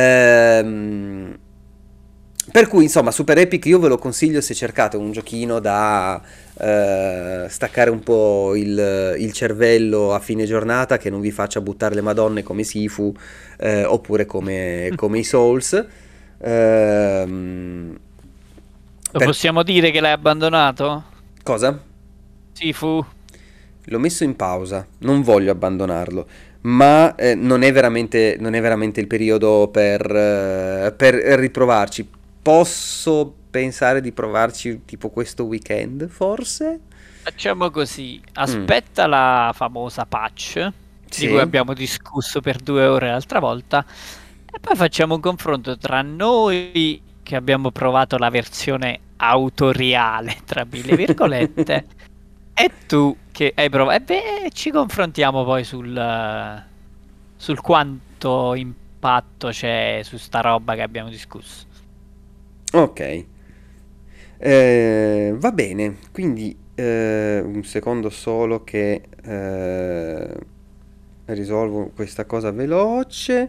Per cui insomma Super Epic io ve lo consiglio se cercate un giochino da staccare un po' il cervello a fine giornata, che non vi faccia buttare le madonne come Sifu, oppure come i Souls. Possiamo dire che l'hai abbandonato? Cosa? Sifu? L'ho messo in pausa, non voglio abbandonarlo, ma non è veramente il periodo per riprovarci. Posso pensare di provarci tipo questo weekend, forse? Facciamo così, aspetta la famosa patch, di cui abbiamo discusso per 2 ore l'altra volta, e poi facciamo un confronto tra noi che abbiamo provato la versione autoriale, tra mille virgolette, e tu che hai provato. E beh, ci confrontiamo poi sul quanto impatto c'è su sta roba che abbiamo discusso. Ok, va bene, quindi un secondo solo che risolvo questa cosa veloce.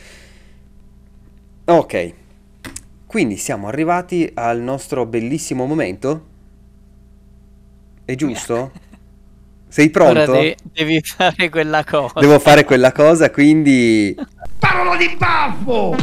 Ok, quindi siamo arrivati al nostro bellissimo momento. È giusto? Sei pronto? Ora devi fare quella cosa. Devo fare quella cosa, quindi... Parola di baffo!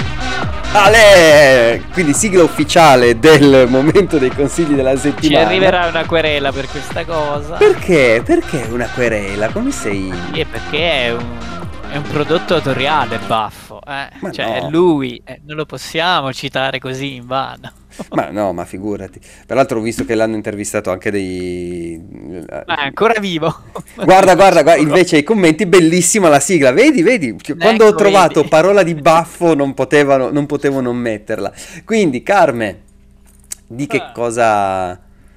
Ale! Quindi sigla ufficiale del momento dei consigli della settimana. Ci arriverà una querela per questa cosa. Perché? Perché una querela? Come sei? Perché è un prodotto autoriale, Baffo. Cioè, no. Lui, non lo possiamo citare così in vano. Ma no, ma figurati. Peraltro ho visto che l'hanno intervistato anche Ma è ancora vivo. Guarda, invece i commenti, bellissima la sigla. Vedi, quando ho trovato parola di baffo non potevo non metterla. Quindi, Carme, di che cosa...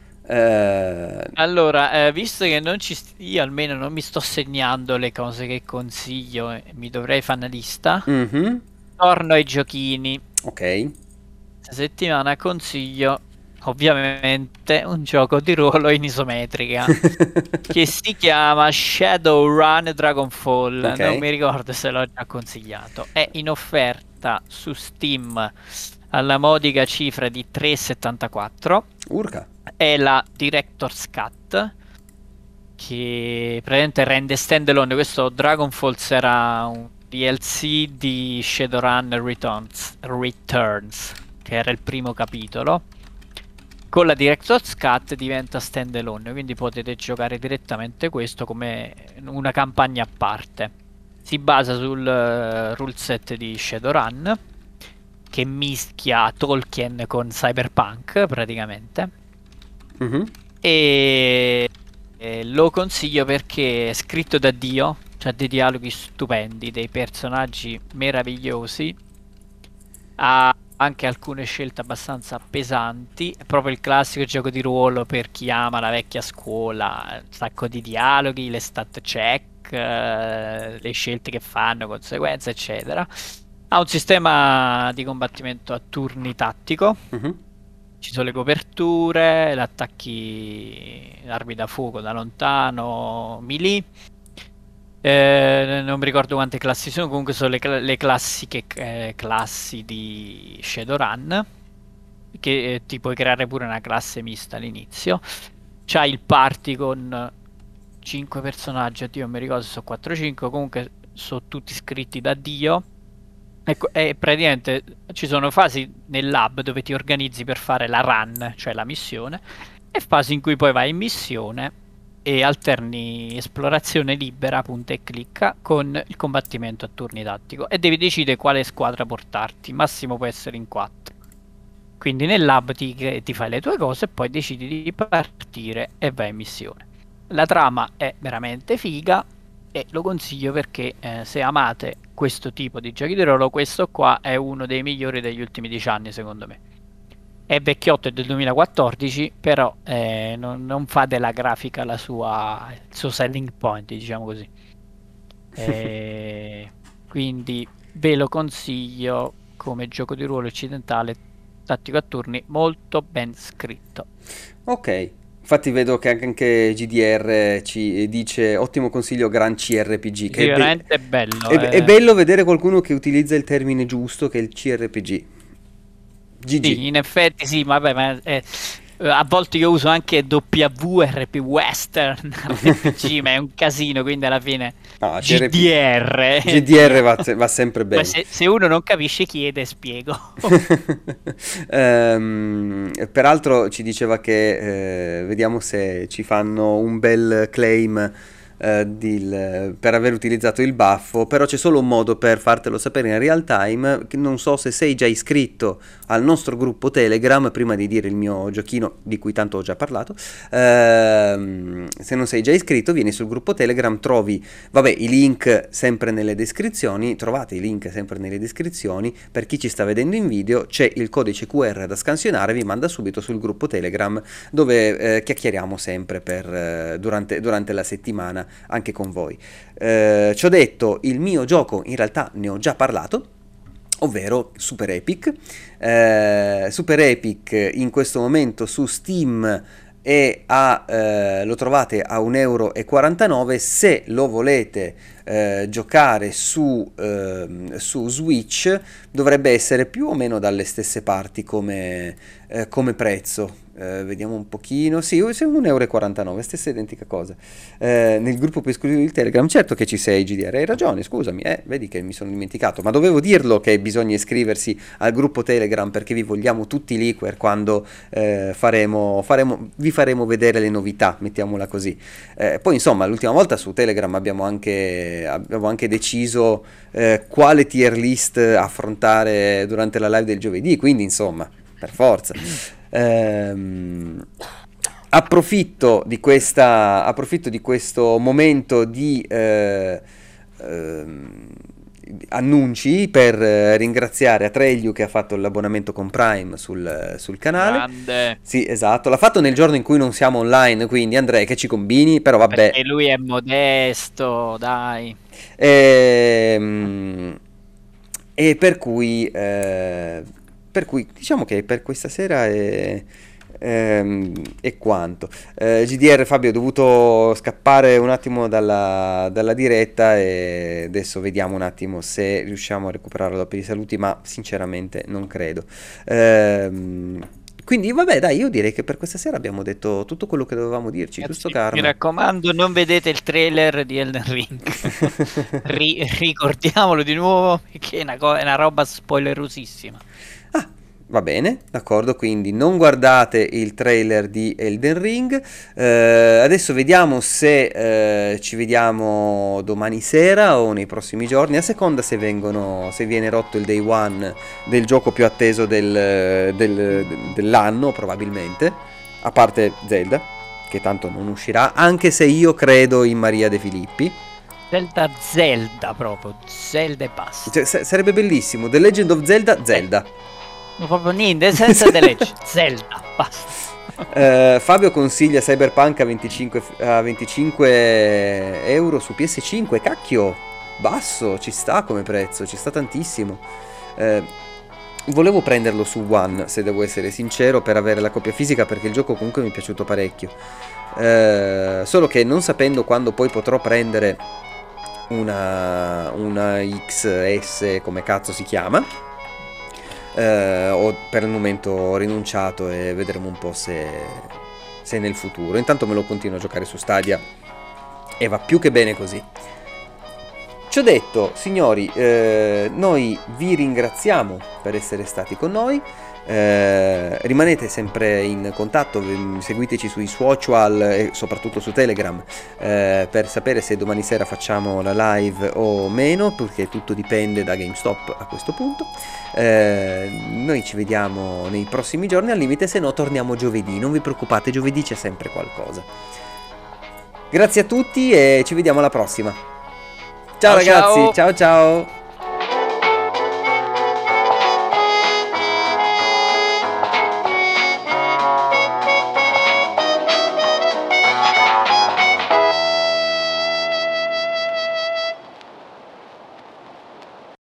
Allora, visto che io almeno non mi sto segnando le cose che consiglio, mi dovrei fare una lista, torno ai giochini. Ok. Questa settimana consiglio ovviamente un gioco di ruolo in isometrica che si chiama Shadowrun Dragonfall. Non mi ricordo se l'ho già consigliato. È in offerta su Steam alla modica cifra di 3,74. Urca. È la Director's Cut, che praticamente rende standalone. Questo Dragonfall sarà un DLC di Shadowrun Returns, che era il primo capitolo, con la Director's Cut diventa stand alone, quindi potete giocare direttamente questo come una campagna a parte. Si basa sul rule set di Shadowrun, che mischia Tolkien con Cyberpunk praticamente. E lo consiglio perché è scritto da Dio, c'ha dei dialoghi stupendi, dei personaggi meravigliosi, ha anche alcune scelte abbastanza pesanti, è proprio il classico gioco di ruolo per chi ama la vecchia scuola, un sacco di dialoghi, le stat check, le scelte che fanno, conseguenze eccetera. Ha un sistema di combattimento a turni tattico, ci sono le coperture, gli attacchi, armi da fuoco da lontano, melee. Non mi ricordo quante classi sono, comunque sono le classiche classi di Shadowrun, che ti puoi creare pure una classe mista all'inizio. C'hai il party con 5 personaggi, oddio non mi ricordo se sono 4 o 5, comunque sono tutti scritti da Dio. E praticamente ci sono fasi nel lab dove ti organizzi per fare la run, cioè la missione, e fasi in cui poi vai in missione e alterni esplorazione libera, punta e clicca, con il combattimento a turni tattico, e devi decidere quale squadra portarti, massimo può essere in 4. Quindi nel lab ti fai le tue cose e poi decidi di partire e vai in missione. La trama è veramente figa e lo consiglio perché se amate questo tipo di giochi di ruolo, questo qua è uno dei migliori degli ultimi 10 anni secondo me. È vecchiotto, è del 2014, però non fa della grafica il suo selling point, diciamo così. Quindi ve lo consiglio come gioco di ruolo occidentale tattico a turni, molto ben scritto. Ok, infatti vedo che anche GDR ci dice ottimo consiglio, gran CRPG, che veramente è bello. È bello vedere qualcuno che utilizza il termine giusto, che è il CRPG. GG. Sì, in effetti sì, vabbè, ma a volte io uso anche WRP Western RPG, ma è un casino, quindi alla fine GDR va sempre bene. Se uno non capisce chiede e spiego. Peraltro ci diceva che vediamo se ci fanno un bel claim per aver utilizzato il baffo, però c'è solo un modo per fartelo sapere in real time, che non so se sei già iscritto al nostro gruppo Telegram, prima di dire il mio giochino di cui tanto ho già parlato. Se non sei già iscritto, vieni sul gruppo Telegram, trovi i link sempre nelle descrizioni, trovate i link sempre nelle descrizioni. Per chi ci sta vedendo in video c'è il codice QR da scansionare, vi manda subito sul gruppo Telegram, dove chiacchieriamo sempre durante la settimana anche con voi. Ci ho detto, il mio gioco in realtà ne ho già parlato, ovvero Super Epic. Super Epic in questo momento su Steam lo trovate a 1,49 €. Se lo volete giocare su Switch dovrebbe essere più o meno dalle stesse parti come prezzo. Vediamo un pochino, sì, 1,49 €, stessa identica cosa. Nel gruppo più esclusivo di Telegram, certo che ci sei GDR, hai ragione, scusami, vedi che mi sono dimenticato, ma dovevo dirlo che bisogna iscriversi al gruppo Telegram, perché vi vogliamo tutti lì quando vi faremo vedere le novità, mettiamola così. Poi insomma, l'ultima volta su Telegram abbiamo anche deciso quale tier list affrontare durante la live del giovedì, quindi insomma, per forza. Approfitto di questo momento di annunci per ringraziare Atreyu, che ha fatto l'abbonamento con Prime sul canale. Grande. Sì, esatto, l'ha fatto nel giorno in cui non siamo online, quindi Andrea, che ci combini, però vabbè. Perché lui è modesto, dai. E per cui diciamo che per questa sera è quanto. GDR, Fabio, ho dovuto scappare un attimo dalla diretta e adesso vediamo un attimo se riusciamo a recuperarlo dopo i saluti, ma sinceramente non credo. Quindi vabbè, dai, io direi che per questa sera abbiamo detto tutto quello che dovevamo dirci, giusto Carmen? Mi raccomando, non vedete il trailer di Elden Ring. Ricordiamolo di nuovo, che è una roba spoilerosissima. Va bene, d'accordo, quindi non guardate il trailer di Elden Ring. Adesso vediamo se ci vediamo domani sera o nei prossimi giorni, a seconda se viene rotto il day one del gioco più atteso dell'anno, probabilmente, a parte Zelda, che tanto non uscirà, anche se io credo in Maria De Filippi. Zelda proprio, Zelda e basta. Cioè, sarebbe bellissimo, The Legend of Zelda. Non proprio niente, senza The Legend, Zelda, basta. Fabio consiglia Cyberpunk a 25 euro su PS5, cacchio, basso, ci sta come prezzo, ci sta tantissimo. Volevo prenderlo su One, se devo essere sincero, per avere la copia fisica, perché il gioco comunque mi è piaciuto parecchio. Solo che non sapendo quando poi potrò prendere una XS, come cazzo si chiama, per il momento ho rinunciato e vedremo un po' se nel futuro. Intanto me lo continuo a giocare su Stadia e va più che bene così. Ciò detto, signori, noi vi ringraziamo per essere stati con noi. Rimanete sempre in contatto, seguiteci sui social e soprattutto su Telegram per sapere se domani sera facciamo la live o meno, perché tutto dipende da GameStop a questo punto. Noi ci vediamo nei prossimi giorni, al limite se no torniamo giovedì, non vi preoccupate, giovedì c'è sempre qualcosa. Grazie a tutti e ci vediamo alla prossima. Ciao ragazzi, ciao ciao.